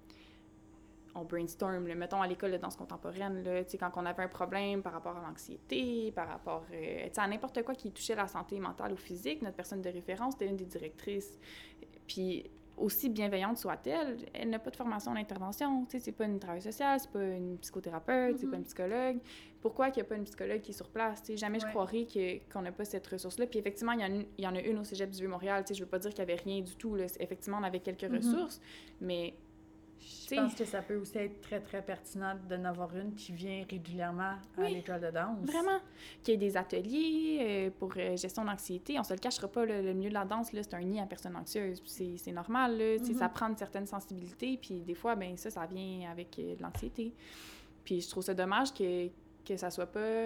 On brainstorm, là, mettons à l'école de danse contemporaine, là, quand on avait un problème par rapport à l'anxiété, par rapport à n'importe quoi qui touchait la santé mentale ou physique, notre personne de référence était une des directrices. Puis, aussi bienveillante soit-elle, elle n'a pas de formation en intervention. C'est pas une travailleuse sociale, c'est pas une psychothérapeute, c'est pas une psychologue. Pourquoi qu'il n'y a pas une psychologue qui est sur place? Jamais je croirais qu'on n'a pas cette ressource-là. Puis effectivement, il y en a une au Cégep du Vieux-Montréal. Je veux pas dire qu'il n'y avait rien du tout. Là. Effectivement, on avait quelques ressources, mais... Je pense que ça peut aussi être très, très pertinent d'en avoir une qui vient régulièrement à l'école de danse. Vraiment. Qu'il y ait des ateliers pour gestion d'anxiété. On se le cachera pas, le milieu de la danse, là, c'est un nid à personnes anxieuses. C'est normal, là. Ça prend une certaine sensibilité, puis des fois, ben ça vient avec de l'anxiété. Puis je trouve ça dommage que ça soit pas...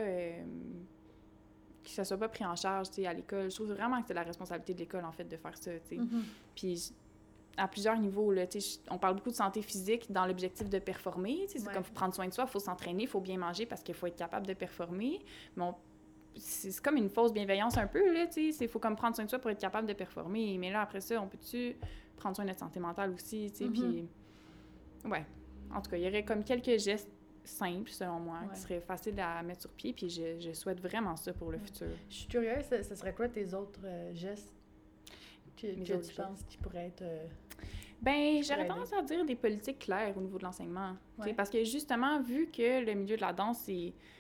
que ça soit pas pris en charge, à l'école. Je trouve vraiment que c'est la responsabilité de l'école, en fait, de faire ça, Puis... à plusieurs niveaux, là, on parle beaucoup de santé physique dans l'objectif de performer. C'est comme, il faut prendre soin de soi, il faut s'entraîner, il faut bien manger parce qu'il faut être capable de performer. Mais c'est comme une fausse bienveillance un peu, là, il faut comme prendre soin de soi pour être capable de performer. Mais là, après ça, on peut-tu prendre soin de notre santé mentale aussi, puis... Ouais. En tout cas, il y aurait comme quelques gestes simples, selon moi, qui seraient faciles à mettre sur pied, puis je souhaite vraiment ça pour le futur. Je suis curieuse, ce serait quoi tes autres gestes que tu penses qui pourraient être... Ben, j'aurais tendance à dire des politiques claires au niveau de l'enseignement. Parce que justement, vu que le milieu de la danse,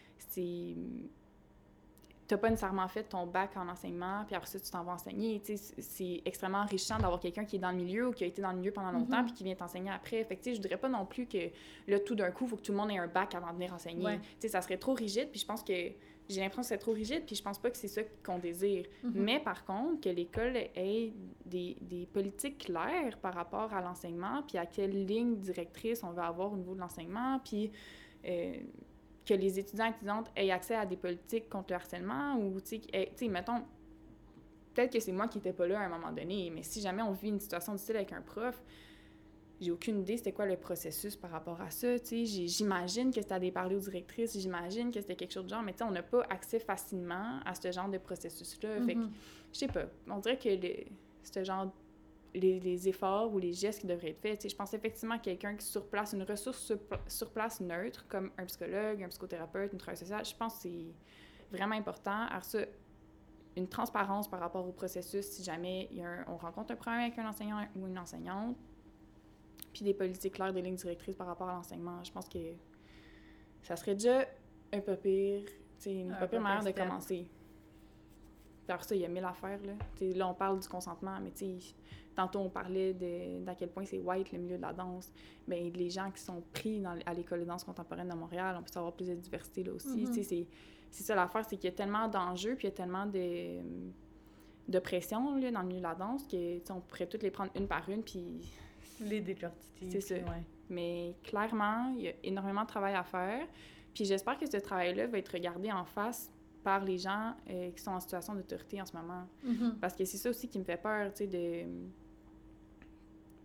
t'as pas nécessairement fait ton bac en enseignement, puis après ça, tu t'en vas enseigner. C'est extrêmement enrichissant d'avoir quelqu'un qui est dans le milieu ou qui a été dans le milieu pendant longtemps, puis qui vient t'enseigner après. Fait que, je voudrais pas non plus que, là, tout d'un coup, il faut que tout le monde ait un bac avant de venir enseigner. Ça serait trop rigide, puis je pense que j'ai l'impression que c'est trop rigide, puis je pense pas que c'est ça qu'on désire. Mais par contre, que l'école ait des politiques claires par rapport à l'enseignement, puis à quelle ligne directrice on va avoir au niveau de l'enseignement, puis que les étudiants et étudiantes aient accès à des politiques contre le harcèlement, ou, tu sais, mettons, peut-être que c'est moi qui n'étais pas là à un moment donné, mais si jamais on vit une situation difficile avec un prof, j'ai aucune idée c'était quoi le processus par rapport à ça, tu sais. J'imagine que c'était à des parler aux directrices, j'imagine que c'était quelque chose de genre, mais tu sais, on n'a pas accès facilement à ce genre de processus-là. Fait que, je sais pas, on dirait que ce genre, les efforts ou les gestes qui devraient être faits, tu sais, je pense effectivement à quelqu'un qui sur place, une ressource sur place neutre, comme un psychologue, un psychothérapeute, une travailleuse sociale, je pense que c'est vraiment important. Alors ça, une transparence par rapport au processus, si jamais on rencontre un problème avec un enseignant ou une enseignante, puis des politiques claires, des lignes directrices par rapport à l'enseignement. Je pense que ça serait déjà un peu pire, une pas pire manière de commencer. Puis alors ça, il y a 1000 affaires, là. Là, on parle du consentement, mais tantôt, on parlait d'à quel point c'est white, le milieu de la danse. Bien, les gens qui sont pris à l'École de danse contemporaine de Montréal, on peut avoir plus de diversité là aussi. C'est ça l'affaire, c'est qu'il y a tellement d'enjeux, puis il y a tellement de pression là, dans le milieu de la danse que on pourrait toutes les prendre une par une, puis... les décortiquer. C'est ça. Mais clairement, il y a énormément de travail à faire. Puis j'espère que ce travail-là va être regardé en face par les gens qui sont en situation d'autorité en ce moment. Parce que c'est ça aussi qui me fait peur, tu sais, de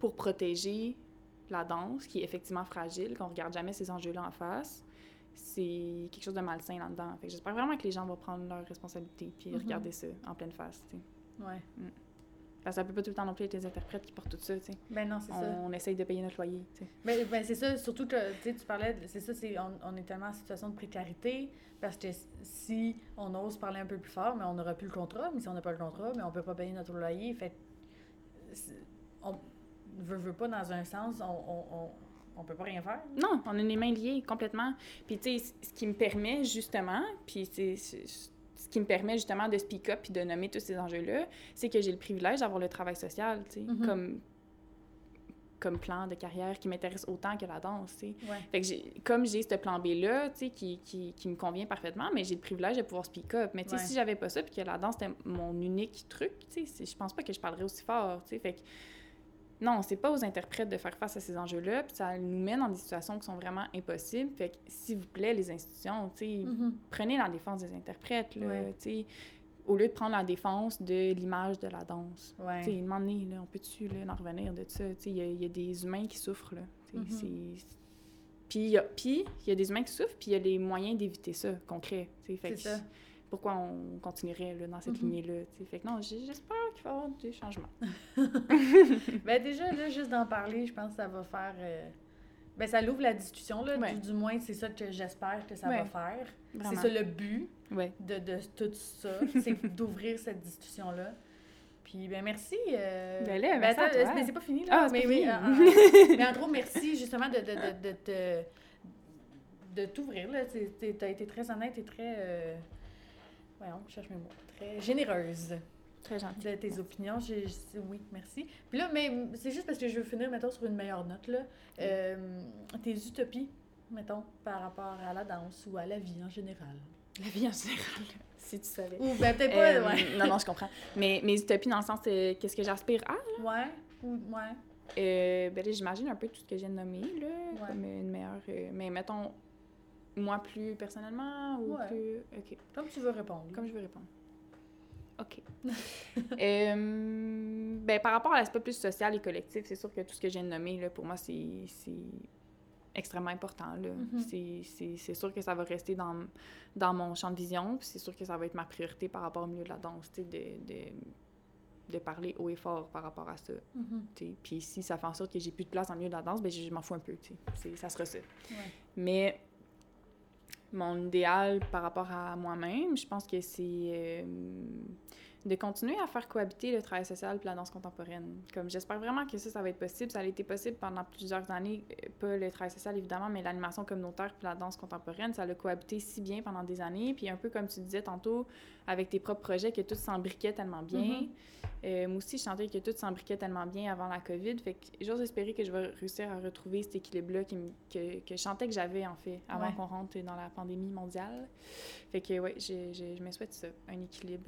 pour protéger la danse, qui est effectivement fragile, qu'on regarde jamais ces enjeux-là en face, c'est quelque chose de malsain là-dedans. Fait que j'espère vraiment que les gens vont prendre leurs responsabilités puis regarder ça en pleine face, tu sais. Ouais. Parce que ça peut pas tout le temps non plus être les interprètes qui portent tout ça, tu sais. Ben non, c'est ça. On essaye de payer notre loyer, tu sais. Ben c'est ça, surtout que, tu sais, tu parlais, c'est ça, on est tellement en situation de précarité, parce que si on ose parler un peu plus fort, mais on n'aura plus le contrat, mais si on n'a pas le contrat, mais on peut pas payer notre loyer, fait on veut pas dans un sens, on peut pas rien faire. Non, on a les mains liées complètement. Puis tu sais, ce qui me permet justement, puis ce qui me permet justement de speak up puis de nommer tous ces enjeux-là, c'est que j'ai le privilège d'avoir le travail social, tu sais, comme plan de carrière qui m'intéresse autant que la danse, tu sais. Ouais. Fait que comme j'ai ce plan B-là, tu sais, qui me convient parfaitement, mais j'ai le privilège de pouvoir speak up. Mais tu sais, si j'avais pas ça puis que la danse était mon unique truc, tu sais, je pense pas que je parlerais aussi fort, tu sais. Fait que non, c'est pas aux interprètes de faire face à ces enjeux-là, puis ça nous mène dans des situations qui sont vraiment impossibles. Fait que, s'il vous plaît, les institutions, tu sais, prenez la défense des interprètes, là, tu sais, au lieu de prendre la défense de l'image de la danse. Tu sais, un moment donné, là, on peut-tu en revenir de ça? Tu sais, il y a des humains qui souffrent, là. Puis il y a des humains qui souffrent, puis il y a les moyens d'éviter ça, concret. Tu sais, fait que ça. Pourquoi on continuerait là, dans cette lignée-là? T'sais. Fait que non, j'espère qu'il va y avoir des changements. Ben déjà, là, juste d'en parler, je pense que ça va faire... Ben ça l'ouvre la discussion, là. Du moins, c'est ça que j'espère que ça va faire. Vraiment. C'est ça le but de tout ça, c'est d'ouvrir cette discussion-là. Puis, ben merci. Ben là, merci à toi. Mais c'est pas fini, là. Mais oui, mais en gros, merci justement de t'ouvrir, là. T'as été très honnête et très... Voyons, je cherche mes mots. Très généreuse. Très gentille. De tes opinions. Oui, merci. Puis là, mais c'est juste parce que je veux finir, mettons, sur une meilleure note, là. Tes utopies, mettons, par rapport à la danse ou à la vie en général. La vie en général, si tu savais. Ou ben peut-être pas, Non, je comprends. Mais mes utopies, dans le sens, qu'est-ce que j'aspire à, là? Ben là, j'imagine un peu tout ce que j'ai nommé, là, comme une meilleure... mais mettons... Moi, plus personnellement ou plus... OK. Comme tu veux répondre. Comme je veux répondre. OK. Ben, par rapport à l'aspect plus social et collectif, c'est sûr que tout ce que je viens de nommer, là, pour moi, c'est extrêmement important. Là. C'est sûr que ça va rester dans mon champ de vision, puis c'est sûr que ça va être ma priorité par rapport au milieu de la danse, de parler haut et fort par rapport à ça. Puis si ça fait en sorte que j'ai plus de place dans le milieu de la danse, ben je m'en fous un peu. Ça sera ça. Mais... Mon idéal par rapport à moi-même, je pense que c'est de continuer à faire cohabiter le travail social et la danse contemporaine. Comme j'espère vraiment que ça va être possible. Ça a été possible pendant plusieurs années, pas le travail social évidemment, mais l'animation communautaire puis la danse contemporaine, ça a cohabité si bien pendant des années. Puis un peu comme tu disais tantôt, avec tes propres projets, que tout s'embriquait tellement bien. Moi aussi, je sentais que tout s'embriquait tellement bien avant la COVID. Fait que j'ose espérer que je vais réussir à retrouver cet équilibre-là que je sentais que j'avais, en fait, avant qu'on rentre dans la pandémie mondiale. Fait que, je me souhaite ça, un équilibre.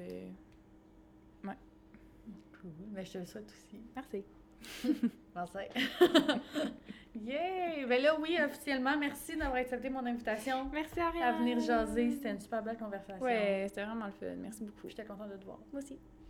Cool. Ben, je te le souhaite aussi. Merci. Merci. Yay! Ben là, oui, officiellement, merci d'avoir accepté mon invitation. Merci, Ariane. À venir jaser. C'était une super belle conversation. Ouais, c'était vraiment le fun. Merci beaucoup. J'étais contente de te voir. Moi aussi.